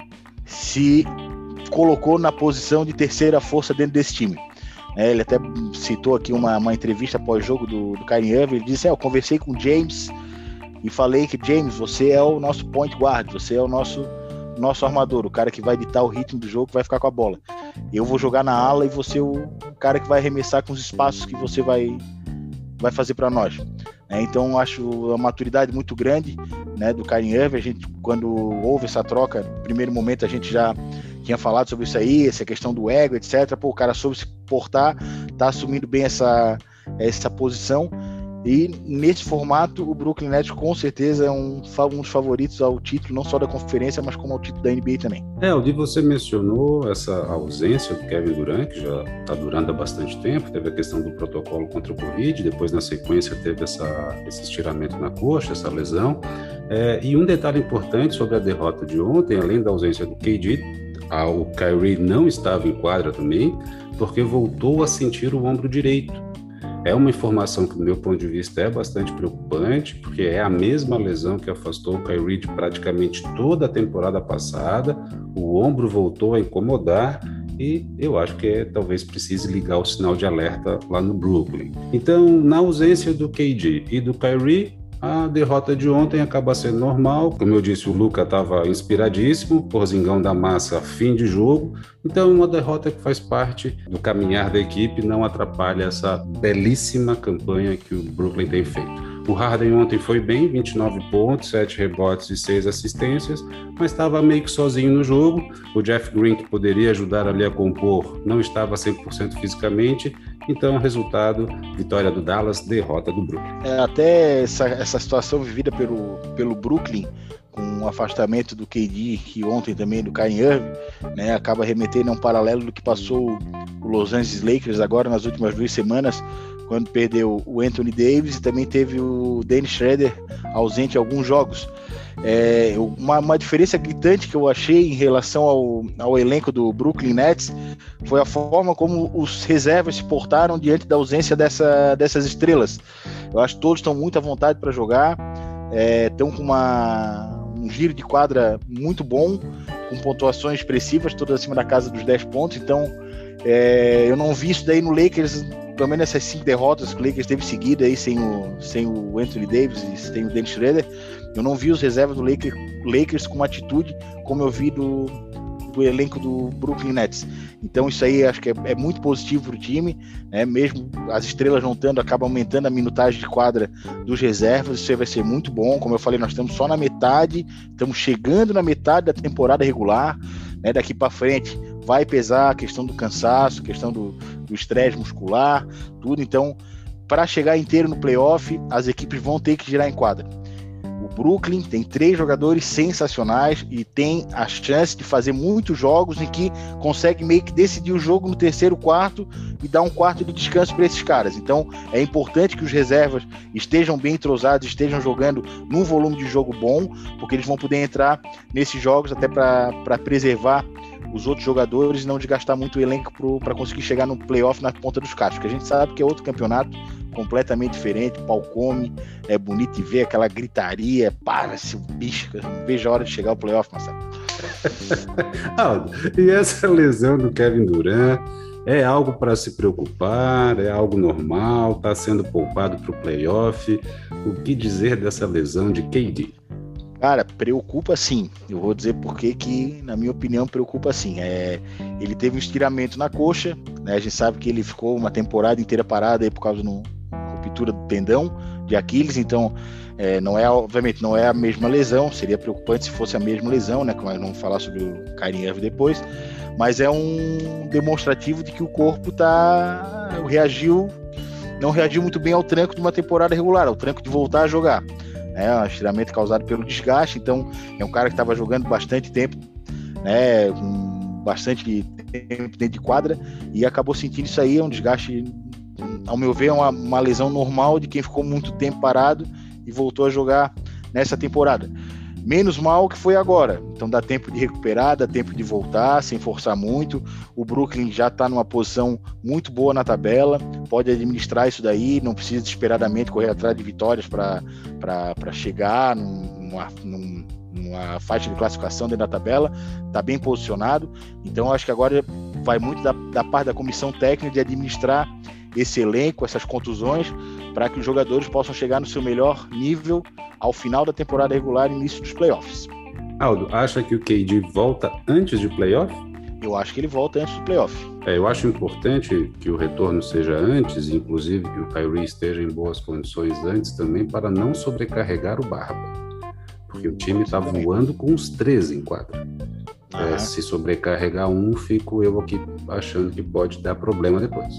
Speaker 2: se colocou na posição de terceira força dentro desse time. É, ele até citou aqui uma, uma entrevista pós-jogo do, do Kyrie Irving. Ele disse: é, eu conversei com o James e falei que, James, você é o nosso point guard, você é o nosso, nosso armador, o cara que vai ditar o ritmo do jogo, que vai ficar com a bola. Eu vou jogar na ala e você é o cara que vai arremessar com os espaços que você vai, vai fazer para nós. É, então, acho a maturidade muito grande, né, do Kyrie Irving. A gente, quando houve essa troca, no primeiro momento a gente já tinha falado sobre isso aí, essa questão do ego, etcétera. Pô, o cara soube se portar, tá assumindo bem essa, essa posição, e nesse formato o Brooklyn Nets com certeza é um, um dos favoritos ao título, não só da conferência, mas como ao título da N B A também.
Speaker 1: É, o Di, você mencionou essa ausência do Kevin Durant, que já está durando há bastante tempo, teve a questão do protocolo contra o Covid, depois na sequência teve essa, esse estiramento na coxa, essa lesão, é, e um detalhe importante sobre a derrota de ontem, além da ausência do K D, o Kyrie não estava em quadra também, porque voltou a sentir o ombro direito. É uma informação que, do meu ponto de vista, é bastante preocupante, porque é a mesma lesão que afastou o Kyrie de praticamente toda a temporada passada. O ombro voltou a incomodar e eu acho que é, talvez precise ligar o sinal de alerta lá no Brooklyn. Então, na ausência do K D e do Kyrie, a derrota de ontem acaba sendo normal. Como eu disse, o Luka estava inspiradíssimo, Porzingão da massa, fim de jogo. Então, uma derrota que faz parte do caminhar da equipe, não atrapalha essa belíssima campanha que o Brooklyn tem feito. O Harden ontem foi bem, vinte e nove pontos, sete rebotes e seis assistências, mas estava meio que sozinho no jogo. O Jeff Green, que poderia ajudar ali a compor, não estava cem por cento fisicamente. Então, resultado, vitória do Dallas, derrota do Brooklyn.
Speaker 2: É, até essa, essa situação vivida pelo, pelo Brooklyn, com o afastamento do K D e ontem também do Kyrie Irving, né, acaba remetendo a um paralelo do que passou o Los Angeles Lakers agora nas últimas duas semanas, quando perdeu o Anthony Davis e também teve o Dennis Schroeder ausente em alguns jogos. É, uma, uma diferença gritante que eu achei em relação ao, ao elenco do Brooklyn Nets foi a forma como os reservas se portaram diante da ausência dessa, dessas estrelas. Eu acho que todos estão muito à vontade para jogar, estão é, com uma, um giro de quadra muito bom, com pontuações expressivas, todas acima da casa dos dez pontos. Então é, eu não vi isso daí no Lakers, pelo menos essas cinco derrotas que o Lakers teve seguida aí, sem o, sem o Anthony Davis e sem o Dennis Schroeder. Eu não vi os reservas do Lakers, Lakers com uma atitude como eu vi do, do elenco do Brooklyn Nets. Então isso aí acho que é, é muito positivo para o time, né? Mesmo as estrelas não estando, acaba aumentando a minutagem de quadra dos reservas. Isso aí vai ser muito bom. Como eu falei, nós estamos só na metade, estamos chegando na metade da temporada regular, né? Daqui para frente vai pesar a questão do cansaço, a questão do, do estresse muscular, tudo. Então, para chegar inteiro no playoff, as equipes vão ter que girar em quadra. Brooklyn tem três jogadores sensacionais e tem a chance de fazer muitos jogos em que consegue meio que decidir o jogo no terceiro quarto e dar um quarto de descanso para esses caras. Então é importante que os reservas estejam bem entrosados, estejam jogando num volume de jogo bom, porque eles vão poder entrar nesses jogos até para preservar os outros jogadores e não desgastar muito o elenco para conseguir chegar no playoff na ponta dos cachos, porque a gente sabe que é outro campeonato completamente diferente, pau come, é bonito de ver aquela gritaria, para esse bicho, eu não vejo a hora de chegar ao playoff, Marcelo.
Speaker 1: Aldo, e essa lesão do Kevin Durant é algo para se preocupar, é algo normal, está sendo poupado para o playoff? O que dizer dessa lesão de K D?
Speaker 2: Cara, preocupa sim. Eu vou dizer por que que, na minha opinião, preocupa sim. É, ele teve um estiramento na coxa, né? A gente sabe que ele ficou uma temporada inteira parada aí por causa de uma ruptura do tendão de Aquiles, então é, não é, obviamente, não é a mesma lesão. Seria preocupante se fosse a mesma lesão, né? Como nós vamos falar sobre o Kyrie Irving depois, mas é um demonstrativo de que o corpo tá reagiu, não reagiu muito bem ao tranco de uma temporada regular, ao tranco de voltar a jogar. É um estiramento causado pelo desgaste, então é um cara que estava jogando bastante tempo, né, com bastante tempo dentro de quadra, e acabou sentindo isso aí. É um desgaste, ao meu ver, é uma, uma lesão normal de quem ficou muito tempo parado e voltou a jogar nessa temporada. Menos mal que foi agora, então dá tempo de recuperar, dá tempo de voltar, sem forçar muito. O Brooklyn já está numa posição muito boa na tabela, pode administrar isso daí, não precisa desesperadamente correr atrás de vitórias para chegar numa, numa faixa de classificação dentro da tabela, está bem posicionado. Então acho que agora vai muito da, da parte da comissão técnica de administrar esse elenco, essas contusões, para que os jogadores possam chegar no seu melhor nível ao final da temporada regular e início dos playoffs.
Speaker 1: Aldo, acha que o K D volta antes de playoff?
Speaker 2: Eu acho que ele volta antes do playoff.
Speaker 1: É, eu acho importante que o retorno seja antes, inclusive que o Kyrie esteja em boas condições antes também, para não sobrecarregar o Barba. Porque o time está voando com os três em quadra. É, se sobrecarregar um, fico eu aqui achando que pode dar problema depois.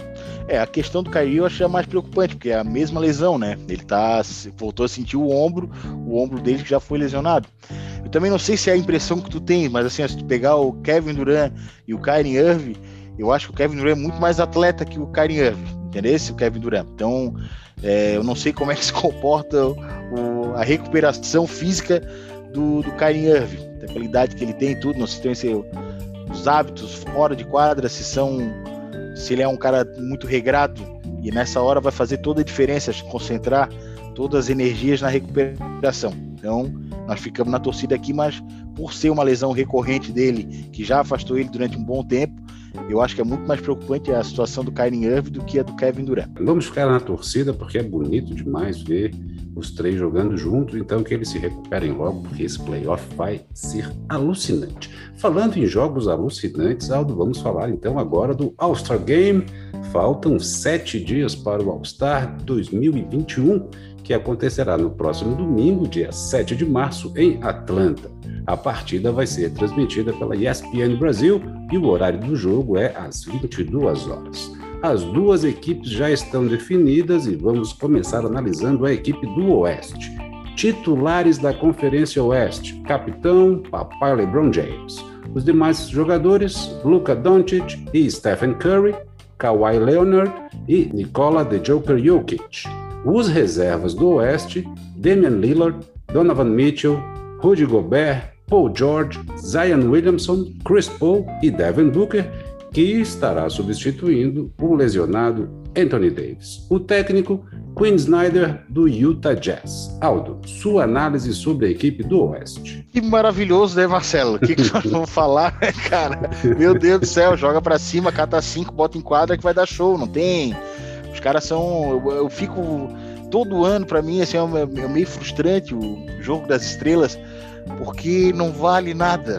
Speaker 2: É, a questão do Kyrie eu achei a mais preocupante, porque é a mesma lesão, né? Ele tá, voltou a sentir o ombro, o ombro dele que já foi lesionado. Eu também não sei se é a impressão que tu tem, mas assim, se tu pegar o Kevin Durant e o Kyrie Irving, eu acho que o Kevin Durant é muito mais atleta que o Kyrie Irving, entendeu? Esse, o Kevin Durant. Então, é, eu não sei como é que se comporta o, a recuperação física do, do Kyrie Irving, da qualidade que ele tem e tudo, não sei se tem os hábitos fora de quadra, se são... se ele é um cara muito regrado, e nessa hora vai fazer toda a diferença, concentrar todas as energias na recuperação. Então, nós ficamos na torcida aqui, mas por ser uma lesão recorrente dele, que já afastou ele durante um bom tempo, eu acho que é muito mais preocupante a situação do Kyrie Irving do que a do Kevin Durant.
Speaker 1: Vamos ficar na torcida, porque é bonito demais ver os três jogando juntos, então que eles se recuperem logo, porque esse playoff vai ser alucinante. Falando em jogos alucinantes, Aldo, vamos falar então agora do All-Star Game. Faltam sete dias para o All-Star dois mil e vinte e um, que acontecerá no próximo domingo, dia sete de março, em Atlanta. A partida vai ser transmitida pela E S P N Brasil e o horário do jogo é às vinte e duas horas. As duas equipes já estão definidas e vamos começar analisando a equipe do Oeste. Titulares da Conferência Oeste: capitão, papai LeBron James. Os demais jogadores: Luka Doncic e Stephen Curry, Kawhi Leonard e Nikola The Joker Jokic. Os reservas do Oeste: Damian Lillard, Donovan Mitchell, Rudy Gobert, Paul George, Zion Williamson, Chris Paul e Devin Booker, que estará substituindo o lesionado Anthony Davis. O técnico, Quinn Snyder, do Utah Jazz. Aldo, sua análise sobre a equipe do Oeste.
Speaker 2: Que maravilhoso, né, Marcelo? O que, que nós vamos falar, cara? Meu Deus do céu, joga pra cima, cata cinco, bota em quadra que vai dar show, não tem? Os caras são... Eu, eu fico... Todo ano, pra mim, assim, é, é meio frustrante o jogo das estrelas, porque não vale nada.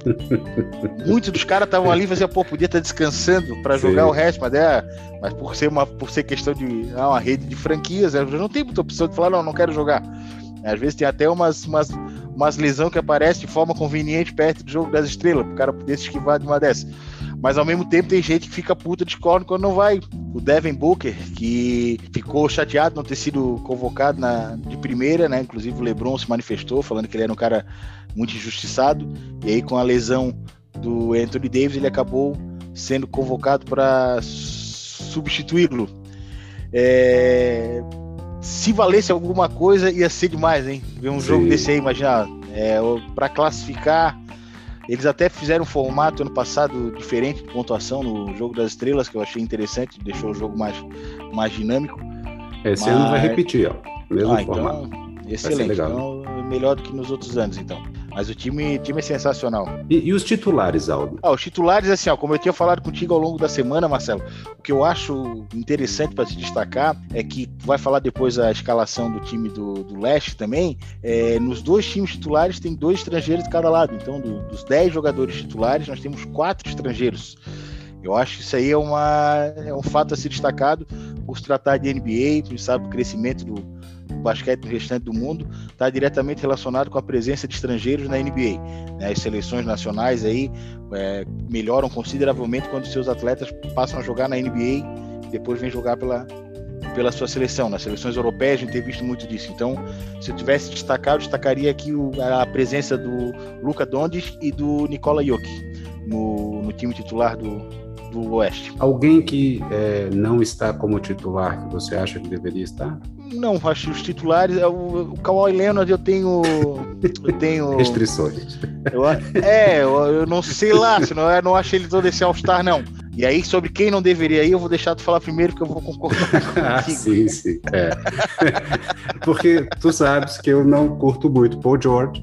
Speaker 2: Muitos dos caras estavam ali e faziam, pô, podia estar descansando para jogar o resto, mas, é, mas por, ser uma, por ser questão de ah, uma rede de franquias, eu não tenho muita opção de falar, não, não quero jogar. Às vezes tem até umas, umas, umas lesões que aparecem de forma conveniente perto do jogo das estrelas, para o cara poder se esquivar de uma dessas. mas ao mesmo tempo tem gente que fica puta de corno quando não vai. O Devin Booker, que ficou chateado não ter sido convocado na, de primeira, né? Inclusive o LeBron se manifestou falando que ele era um cara muito injustiçado, e aí com a lesão do Anthony Davis ele acabou sendo convocado para substituí-lo. É... Se valesse alguma coisa ia ser demais, hein? Ver um Sim. jogo desse aí, imagina, é, para classificar. Eles até fizeram um formato ano passado diferente de pontuação no Jogo das Estrelas, que eu achei interessante, deixou o jogo mais, mais dinâmico.
Speaker 1: Esse Mas... ano vai repetir, ó, mesmo
Speaker 2: ah,
Speaker 1: formato.
Speaker 2: Então, excelente, então melhor do que nos outros anos, então. Mas o time, time é sensacional.
Speaker 1: E, e os titulares, Aldo?
Speaker 2: Ah, os titulares, assim, ó, como eu tinha falado contigo ao longo da semana, Marcelo, o que eu acho interessante para se destacar é que vai falar depois a escalação do time do, do Leste também. É, nos dois times titulares tem dois estrangeiros de cada lado. Então, do, dos dez jogadores titulares, nós temos quatro estrangeiros. Eu acho que isso aí é, uma, é um fato a ser destacado por se tratar de N B A, a gente sabe o crescimento do o basquete no restante do mundo está diretamente relacionado com a presença de estrangeiros na N B A. Né? As seleções nacionais aí é, melhoram consideravelmente quando seus atletas passam a jogar na N B A e depois vêm jogar pela, pela sua seleção. Nas seleções europeias a gente tem visto muito disso. Então, se eu tivesse destacado, eu destacaria aqui o, a presença do Luka Doncic e do Nikola Jokic no, no time titular do, do Oeste.
Speaker 1: Alguém que é, não está como titular, que você acha que deveria estar?
Speaker 2: Não, acho que os titulares, o, o Kawhi Leonard eu tenho, eu tenho
Speaker 1: restrições.
Speaker 2: Eu, é, eu, eu não sei lá, senão eu não acho ele todo esse All-Star, não. E aí, sobre quem não deveria ir, eu vou deixar tu falar primeiro, porque eu vou concordar contigo.
Speaker 1: Ah, sim, sim. É. Porque tu sabes que eu não curto muito Paul George,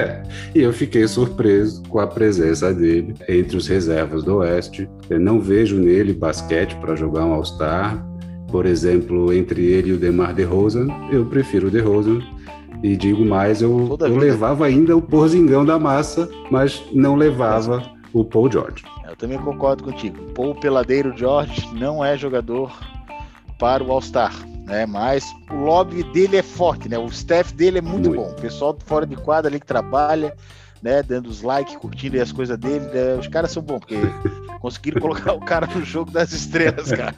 Speaker 1: e eu fiquei surpreso com a presença dele entre os reservas do Oeste. Eu não vejo nele basquete para jogar um All-Star. Por exemplo, entre ele e o DeMar DeRozan, eu prefiro o DeRozan. E digo mais, eu, eu levava ainda o Porzingão da massa, mas não levava o Paul George.
Speaker 2: Eu também concordo contigo. Paul Peladeiro George não é jogador para o All-Star, né? Mas o lobby dele é forte, né? O staff dele é muito, muito. bom. O pessoal fora de quadra ali que trabalha, né? Dando os likes, curtindo as coisas dele, né? Os caras são bons, porque conseguiram colocar o cara no jogo das estrelas, cara.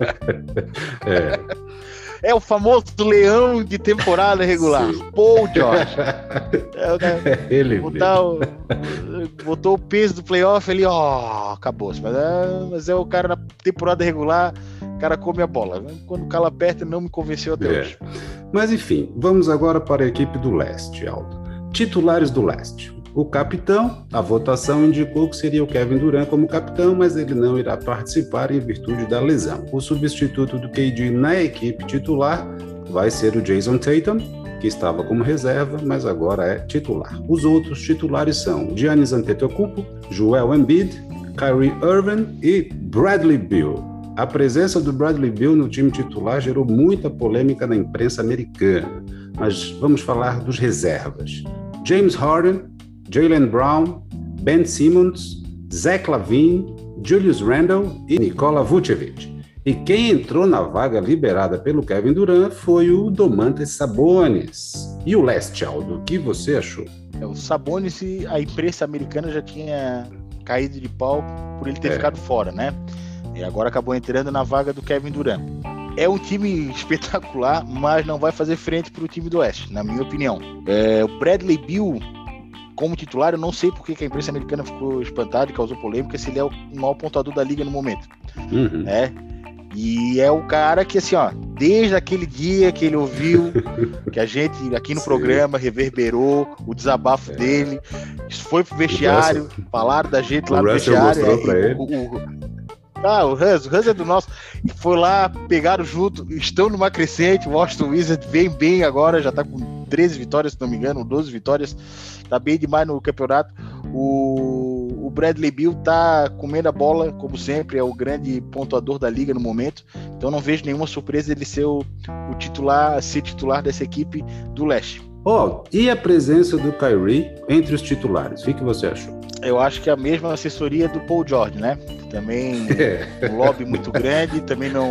Speaker 2: É. É o famoso leão de temporada regular, Sim. Paul George. É, né? Ele botar o, botou o peso do playoff ali, ó, acabou. Mas é, mas é o cara na temporada regular, o cara come a bola. Quando o cala aperta, não me convenceu até é. hoje.
Speaker 1: Mas enfim, vamos agora para a equipe do Leste, Aldo. Titulares do Leste. O capitão, a votação indicou que seria o Kevin Durant como capitão, mas ele não irá participar em virtude da lesão. O substituto do K D na equipe titular vai ser o Jason Tatum, que estava como reserva, mas agora é titular. Os outros titulares são Giannis Antetokounmpo, Joel Embiid, Kyrie Irving e Bradley Beal. A presença do Bradley Beal no time titular gerou muita polêmica na imprensa americana, mas vamos falar dos reservas. James Harden, Jaylen Brown, Ben Simmons, Zach LaVine, Julius Randle e Nikola Vucevic. E quem entrou na vaga liberada pelo Kevin Durant foi o Domantas Sabonis. E o Leste, Aldo, o que você achou?
Speaker 2: É, o Sabonis, a imprensa americana já tinha caído de pau por ele ter é. ficado fora, né? E agora acabou entrando na vaga do Kevin Durant. É um time espetacular, mas não vai fazer frente para o time do Oeste, na minha opinião. É, o Bradley Beal, como titular, eu não sei porque que a imprensa americana ficou espantada e causou polêmica, se ele é o maior pontuador da liga no momento. Uhum. É, e é o cara que, assim, ó, desde aquele dia que ele ouviu, que a gente aqui no Sim. programa reverberou o desabafo é. dele, isso foi pro vestiário, falaram da gente lá
Speaker 1: o
Speaker 2: no
Speaker 1: Russell
Speaker 2: vestiário.
Speaker 1: Mostrou pra ele.
Speaker 2: O, o, Ah, o Hans, o Hans é do nosso. E foi lá, pegaram junto, estão numa crescente. O Washington Wizards vem bem agora, já tá com treze vitórias, se não me engano, doze vitórias, tá bem demais no campeonato. O, o Bradley Beal tá comendo a bola, como sempre, é o grande pontuador da liga no momento. Então não vejo nenhuma surpresa ele ser o, o titular, ser titular dessa equipe do Leste.
Speaker 1: Oh, e a presença do Kyrie entre os titulares? O que, que você achou?
Speaker 2: Eu acho que é a mesma assessoria do Paul George, né? Também um lobby muito grande, também não,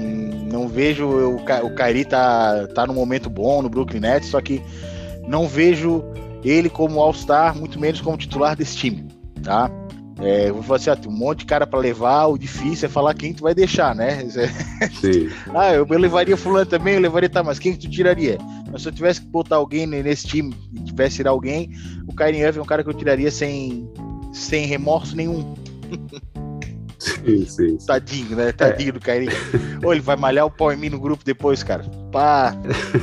Speaker 2: não vejo, o, o Kyrie tá, tá num momento bom no Brooklyn Nets, só que não vejo ele como All-Star, muito menos como titular desse time, tá? É, eu vou falar assim, ó, tem um monte de cara para levar, o difícil é falar quem tu vai deixar, né?
Speaker 1: Sim.
Speaker 2: ah, eu, eu levaria fulano também, eu levaria, tá, mas quem que tu tiraria? Mas se eu tivesse que botar alguém nesse time, e tivesse que tirar alguém, o Kyrie Irving é um cara que eu tiraria sem, sem remorso nenhum.
Speaker 1: Sim, sim, sim.
Speaker 2: Tadinho, né? Tadinho é. do Kyrie. Ou ele vai malhar o pau em mim no grupo depois, cara. Pá.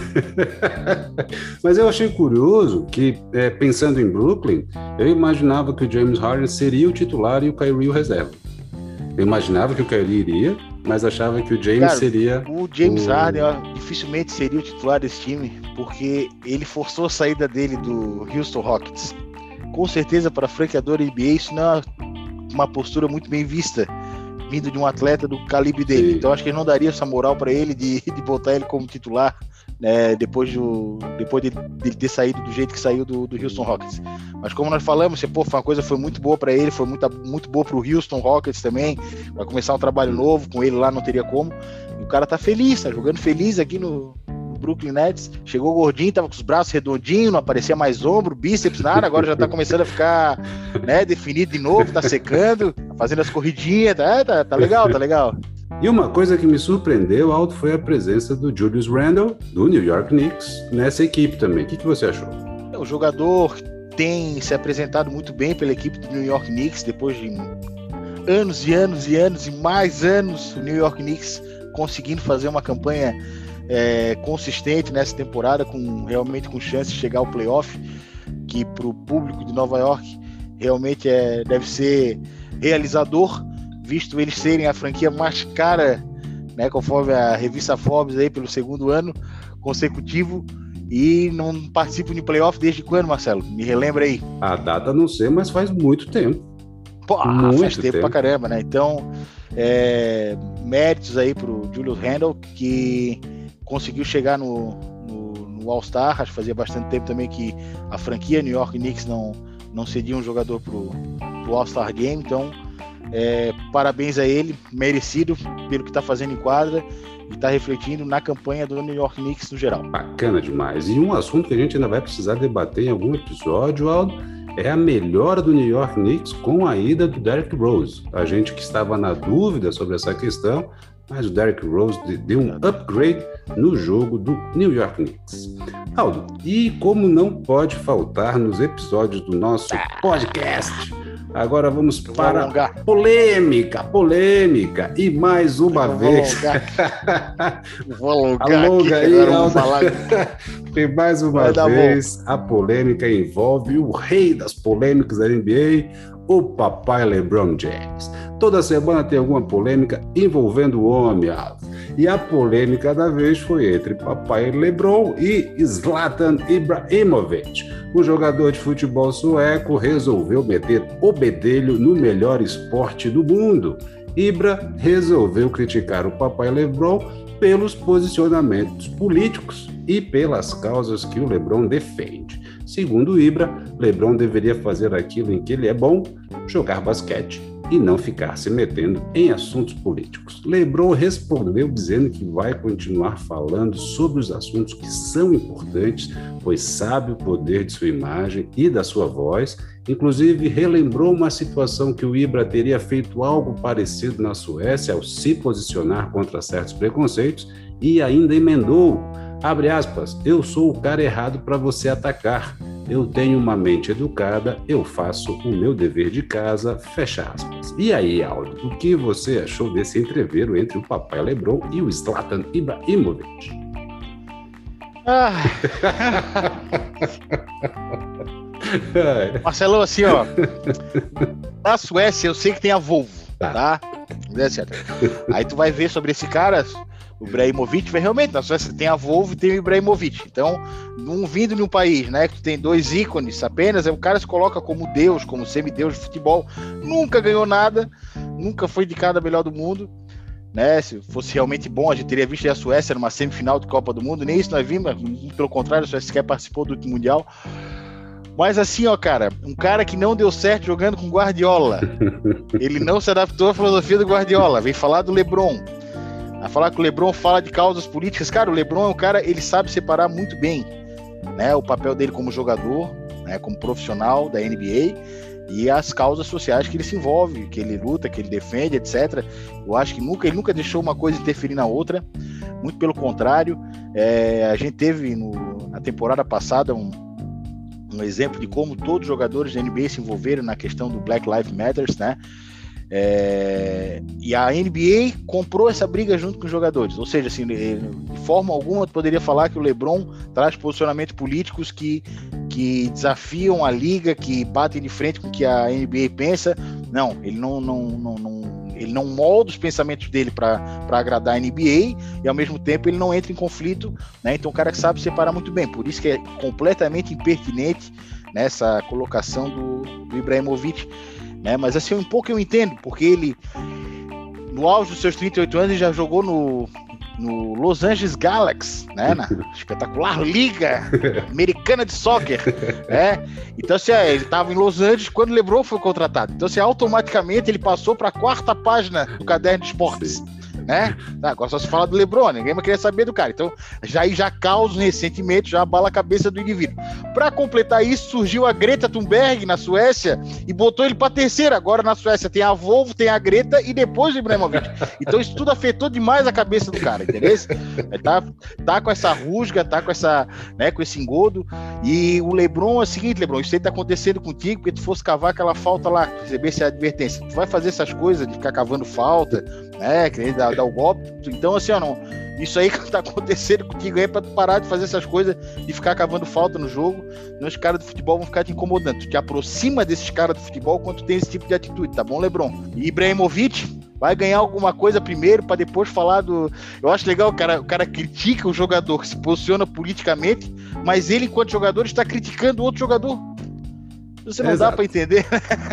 Speaker 1: Mas eu achei curioso que, é, pensando em Brooklyn, eu imaginava que o James Harden seria o titular e o Kyrie o reserva. Eu imaginava que o Kyrie iria, mas achava que o James cara, seria...
Speaker 2: O James o... Harden ó, dificilmente seria o titular desse time, porque ele forçou a saída dele do Houston Rockets. Com certeza, para a franqueadora N B A, isso não é uma postura muito bem vista, vindo de um atleta do calibre dele. Sim. Então acho que ele não daria essa moral para ele de, de botar ele como titular, né, depois, do, depois de, de ter saído do jeito que saiu do, do Houston Rockets. Mas como nós falamos, pô, foi uma coisa foi muito boa para ele, foi muito, muito boa para o Houston Rockets também, vai começar um trabalho novo, com ele lá não teria como, e o cara tá feliz, tá jogando feliz aqui no Brooklyn Nets, chegou gordinho, tava com os braços redondinhos, não aparecia mais ombro, bíceps, nada, agora já tá começando a ficar, né, definido de novo, tá secando, tá fazendo as corridinhas, tá, tá, tá legal, tá legal.
Speaker 1: E uma coisa que me surpreendeu, Aldo, foi a presença do Julius Randle, do New York Knicks, nessa equipe também. O que, que você achou?
Speaker 2: O jogador tem se apresentado muito bem pela equipe do New York Knicks, depois de anos e anos e anos e mais anos, o New York Knicks conseguindo fazer uma campanha É, consistente nessa temporada, com, realmente com chance de chegar ao playoff, que para o público de Nova York realmente é, deve ser realizador, visto eles serem a franquia mais cara, né, conforme a revista Forbes aí, pelo segundo ano consecutivo, e não participam de playoff desde quando, Marcelo? Me relembra aí.
Speaker 1: A data não sei, mas faz muito tempo.
Speaker 2: Pô, muito faz tempo, tempo pra caramba, né? Então, é, méritos aí pro Julius Randle, que conseguiu chegar no, no, no All-Star. Acho que fazia bastante tempo também que a franquia New York Knicks não, não cedia um jogador pro, pro All-Star Game. Então, é, parabéns a ele, merecido pelo que está fazendo em quadra e está refletindo na campanha do New York Knicks no geral.
Speaker 1: Bacana demais. E um assunto que a gente ainda vai precisar debater em algum episódio, Aldo, é a melhora do New York Knicks com a ida do Derrick Rose. A gente que estava na dúvida sobre essa questão, mas o Derrick Rose deu um upgrade no jogo do New York Knicks. Aldo, e como não pode faltar nos episódios do nosso podcast, agora vamos para a polêmica, polêmica, e mais uma
Speaker 2: eu
Speaker 1: vez...
Speaker 2: Vou alongar,
Speaker 1: alonga
Speaker 2: aqui,
Speaker 1: aí, Aldo.
Speaker 2: Falar...
Speaker 1: E mais uma vez, a polêmica envolve o rei das polêmicas da N B A, o papai LeBron James. Toda semana tem alguma polêmica envolvendo o homem, Aldo. E a polêmica da vez foi entre papai LeBron e Zlatan Ibrahimovic. O jogador de futebol sueco resolveu meter o bedelho no melhor esporte do mundo. Ibra resolveu criticar o papai LeBron pelos posicionamentos políticos e pelas causas que o LeBron defende. Segundo o Ibra, LeBron deveria fazer aquilo em que ele é bom, jogar basquete, e não ficar se metendo em assuntos políticos. LeBron respondeu dizendo que vai continuar falando sobre os assuntos que são importantes, pois sabe o poder de sua imagem e da sua voz. Inclusive, relembrou uma situação que o Ibra teria feito algo parecido na Suécia ao se posicionar contra certos preconceitos e ainda emendou, abre aspas, eu sou o cara errado para você atacar. Eu tenho uma mente educada, eu faço o meu dever de casa, fecha aspas. E aí, Aldo, o que você achou desse entreveiro entre o papai LeBron e o Zlatan Ibrahimovic?
Speaker 2: Ah. Marcelo, assim, ó, na Suécia eu sei que tem a Volvo, tá? tá? Aí tu vai ver sobre esse cara, o Ibrahimovic, vai realmente, na Suécia tem a Volvo e tem o Ibrahimovic. Então, um vindo de um país, né, que tem dois ícones apenas, o cara se coloca como Deus, como semideus de futebol, nunca ganhou nada, nunca foi indicado a melhor do mundo, né? Se fosse realmente bom, a gente teria visto a Suécia numa semifinal de Copa do Mundo, nem isso nós vimos, pelo contrário, a Suécia sequer participou do último Mundial. Mas assim, ó, cara, um cara que não deu certo jogando com Guardiola, ele não se adaptou à filosofia do Guardiola, vem falar do LeBron, a falar que o LeBron fala de causas políticas. Cara, o LeBron é um cara, ele sabe separar muito bem, né, o papel dele como jogador, né, como profissional da N B A, e as causas sociais que ele se envolve, que ele luta, que ele defende, etcétera. Eu acho que nunca, ele nunca deixou uma coisa interferir na outra, muito pelo contrário. É, a gente teve no, na temporada passada um, um exemplo de como todos os jogadores da N B A se envolveram na questão do Black Lives Matter, né? É, e a N B A comprou essa briga junto com os jogadores, ou seja, assim, de forma alguma tu poderia falar que o LeBron traz posicionamentos políticos que, que desafiam a liga, que batem de frente com o que a N B A pensa. Não, ele não, não, não, não, ele não molda os pensamentos dele para agradar a N B A e ao mesmo tempo ele não entra em conflito, né? Então o cara sabe separar muito bem, por isso que é completamente impertinente nessa colocação do, do Ibrahimovic. Né? Mas assim, um pouco eu entendo, porque ele, no auge dos seus trinta e oito anos, ele já jogou no, no Los Angeles Galaxy, né? Na espetacular Liga Americana de Soccer, né? Então, assim, ele estava em Los Angeles quando o LeBron foi contratado. Então, assim, automaticamente ele passou para a quarta página do caderno de esportes. Sim. Né? Agora só se fala do LeBron, ninguém vai querer saber do cara. Então já, já causa um ressentimento, já abala a cabeça do indivíduo. Para completar isso, surgiu a Greta Thunberg na Suécia e botou ele para terceira. Agora na Suécia tem a Volvo, tem a Greta e depois o Ibrahimovic. Então isso tudo afetou demais a cabeça do cara, entendeu? Tá, tá com essa rusga, tá com, essa, né, com esse engodo. E o LeBron é o seguinte, LeBron, isso aí tá acontecendo contigo porque tu fosse cavar aquela falta lá, recebesse a advertência. Tu vai fazer essas coisas de ficar cavando falta, né, querer dar, dar o golpe. Então, assim, ó, não, isso aí que tá acontecendo contigo aí é pra tu parar de fazer essas coisas e ficar cavando falta no jogo. Não, os caras do futebol vão ficar te incomodando. Tu te aproxima desses caras do futebol quando tu tem esse tipo de atitude, tá bom, LeBron? E Ibrahimovic vai ganhar alguma coisa primeiro para depois falar do... Eu acho legal, o cara, o cara critica o jogador que se posiciona politicamente, mas ele, enquanto jogador, está criticando o outro jogador. Você não Exato. Dá pra entender,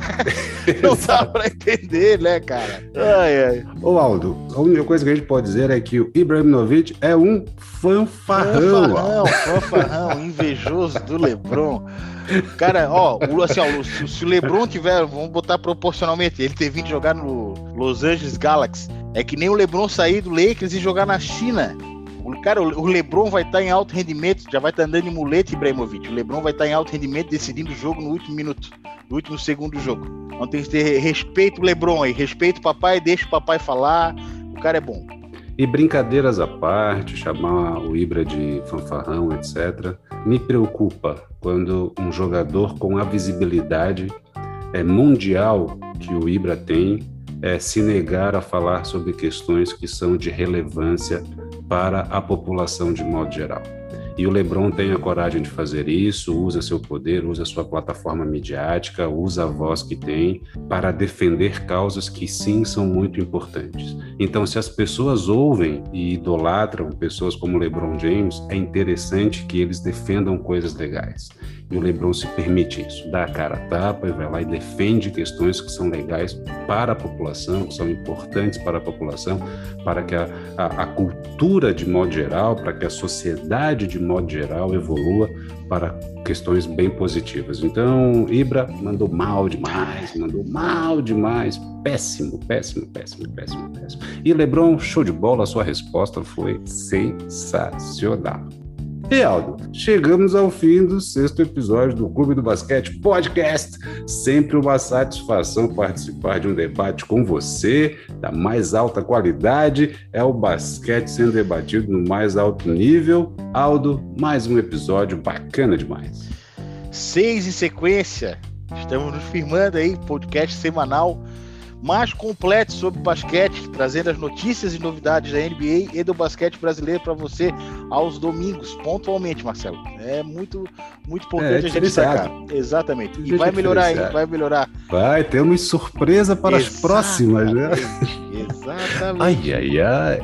Speaker 2: não dá pra entender, né, cara? Ai, ai.
Speaker 1: Ô, Aldo, a única coisa que a gente pode dizer é que o Ibrahimovic é um fanfarrão.
Speaker 2: Fanfarrão, fanfarrão, invejoso do LeBron. Cara, ó, o, assim, ó, se, se o LeBron tiver, vamos botar proporcionalmente, ele ter vindo jogar no Los Angeles Galaxy, é que nem o LeBron sair do Lakers e jogar na China. O, cara, o LeBron vai estar em alto rendimento, já vai estar andando em muleta, Ibrahimovic. O LeBron vai estar em alto rendimento decidindo o jogo no último minuto, no último segundo do jogo. Então tem que ter respeito o LeBron aí, respeito o papai, deixa o papai falar, o cara é bom.
Speaker 1: E brincadeiras à parte, chamar o Ibra de fanfarrão, etcétera, me preocupa quando um jogador com a visibilidade é, mundial que o Ibra tem é, se negar a falar sobre questões que são de relevância para a população de modo geral. E o LeBron tem a coragem de fazer isso, usa seu poder, usa sua plataforma midiática, usa a voz que tem para defender causas que sim são muito importantes. Então, se as pessoas ouvem e idolatram pessoas como LeBron James, é interessante que eles defendam coisas legais. E o LeBron se permite isso, dá a cara a tapa e vai lá e defende questões que são legais para a população, que são importantes para a população, para que a, a, a cultura de modo geral, para que a sociedade de modo geral evolua para questões bem positivas. Então, Ibra mandou mal demais, mandou mal demais, péssimo, péssimo, péssimo, péssimo, péssimo. E LeBron, show de bola, a sua resposta foi sensacional. E Aldo, chegamos ao fim do sexto episódio do Clube do Basquete Podcast. Sempre uma satisfação participar de um debate com você, da mais alta qualidade. É o basquete sendo debatido no mais alto nível. Aldo, mais um episódio bacana demais.
Speaker 2: Seis em sequência. Estamos nos firmando aí, podcast semanal mais completo sobre basquete, trazendo as notícias e novidades da N B A e do basquete brasileiro para você aos domingos, pontualmente, Marcelo. É muito, muito importante é, a gente destacar. Exatamente. E vai melhorar, hein? Vai melhorar.
Speaker 1: Vai, temos surpresa para Exatamente. As próximas, né?
Speaker 2: Exatamente.
Speaker 1: Ai, ai, ai.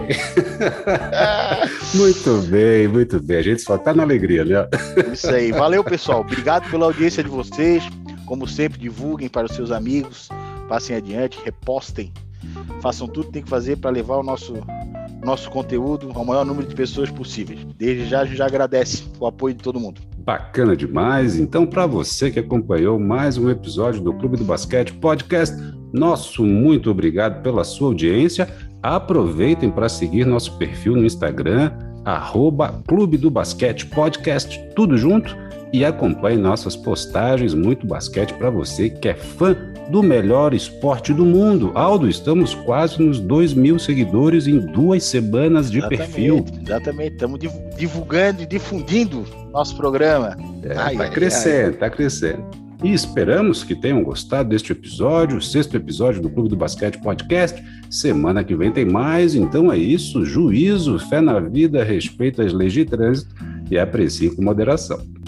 Speaker 1: Muito bem, muito bem. A gente só tá na alegria, né?
Speaker 2: Isso aí. Valeu, pessoal. Obrigado pela audiência de vocês. Como sempre, divulguem para os seus amigos. Passem adiante, repostem, façam tudo que tem que fazer para levar o nosso, nosso conteúdo ao maior número de pessoas possíveis. Desde já, a gente já agradece o apoio de todo mundo.
Speaker 1: Bacana demais. Então, para você que acompanhou mais um episódio do Clube do Basquete Podcast, nosso muito obrigado pela sua audiência. Aproveitem para seguir nosso perfil no Instagram, arroba Clube do Basquete Podcast, tudo junto. e acompanhe nossas postagens Muito Basquete para você que é fã do melhor esporte do mundo. Aldo, estamos quase nos dois mil seguidores em duas semanas de
Speaker 2: exatamente,
Speaker 1: perfil.
Speaker 2: Exatamente, estamos divulgando e difundindo nosso programa.
Speaker 1: Está é, crescendo, está crescendo. E esperamos que tenham gostado deste episódio, o sexto episódio do Clube do Basquete Podcast. Semana que vem tem mais, então é isso. Juízo, fé na vida, respeito às leis de trânsito e aprecie com moderação.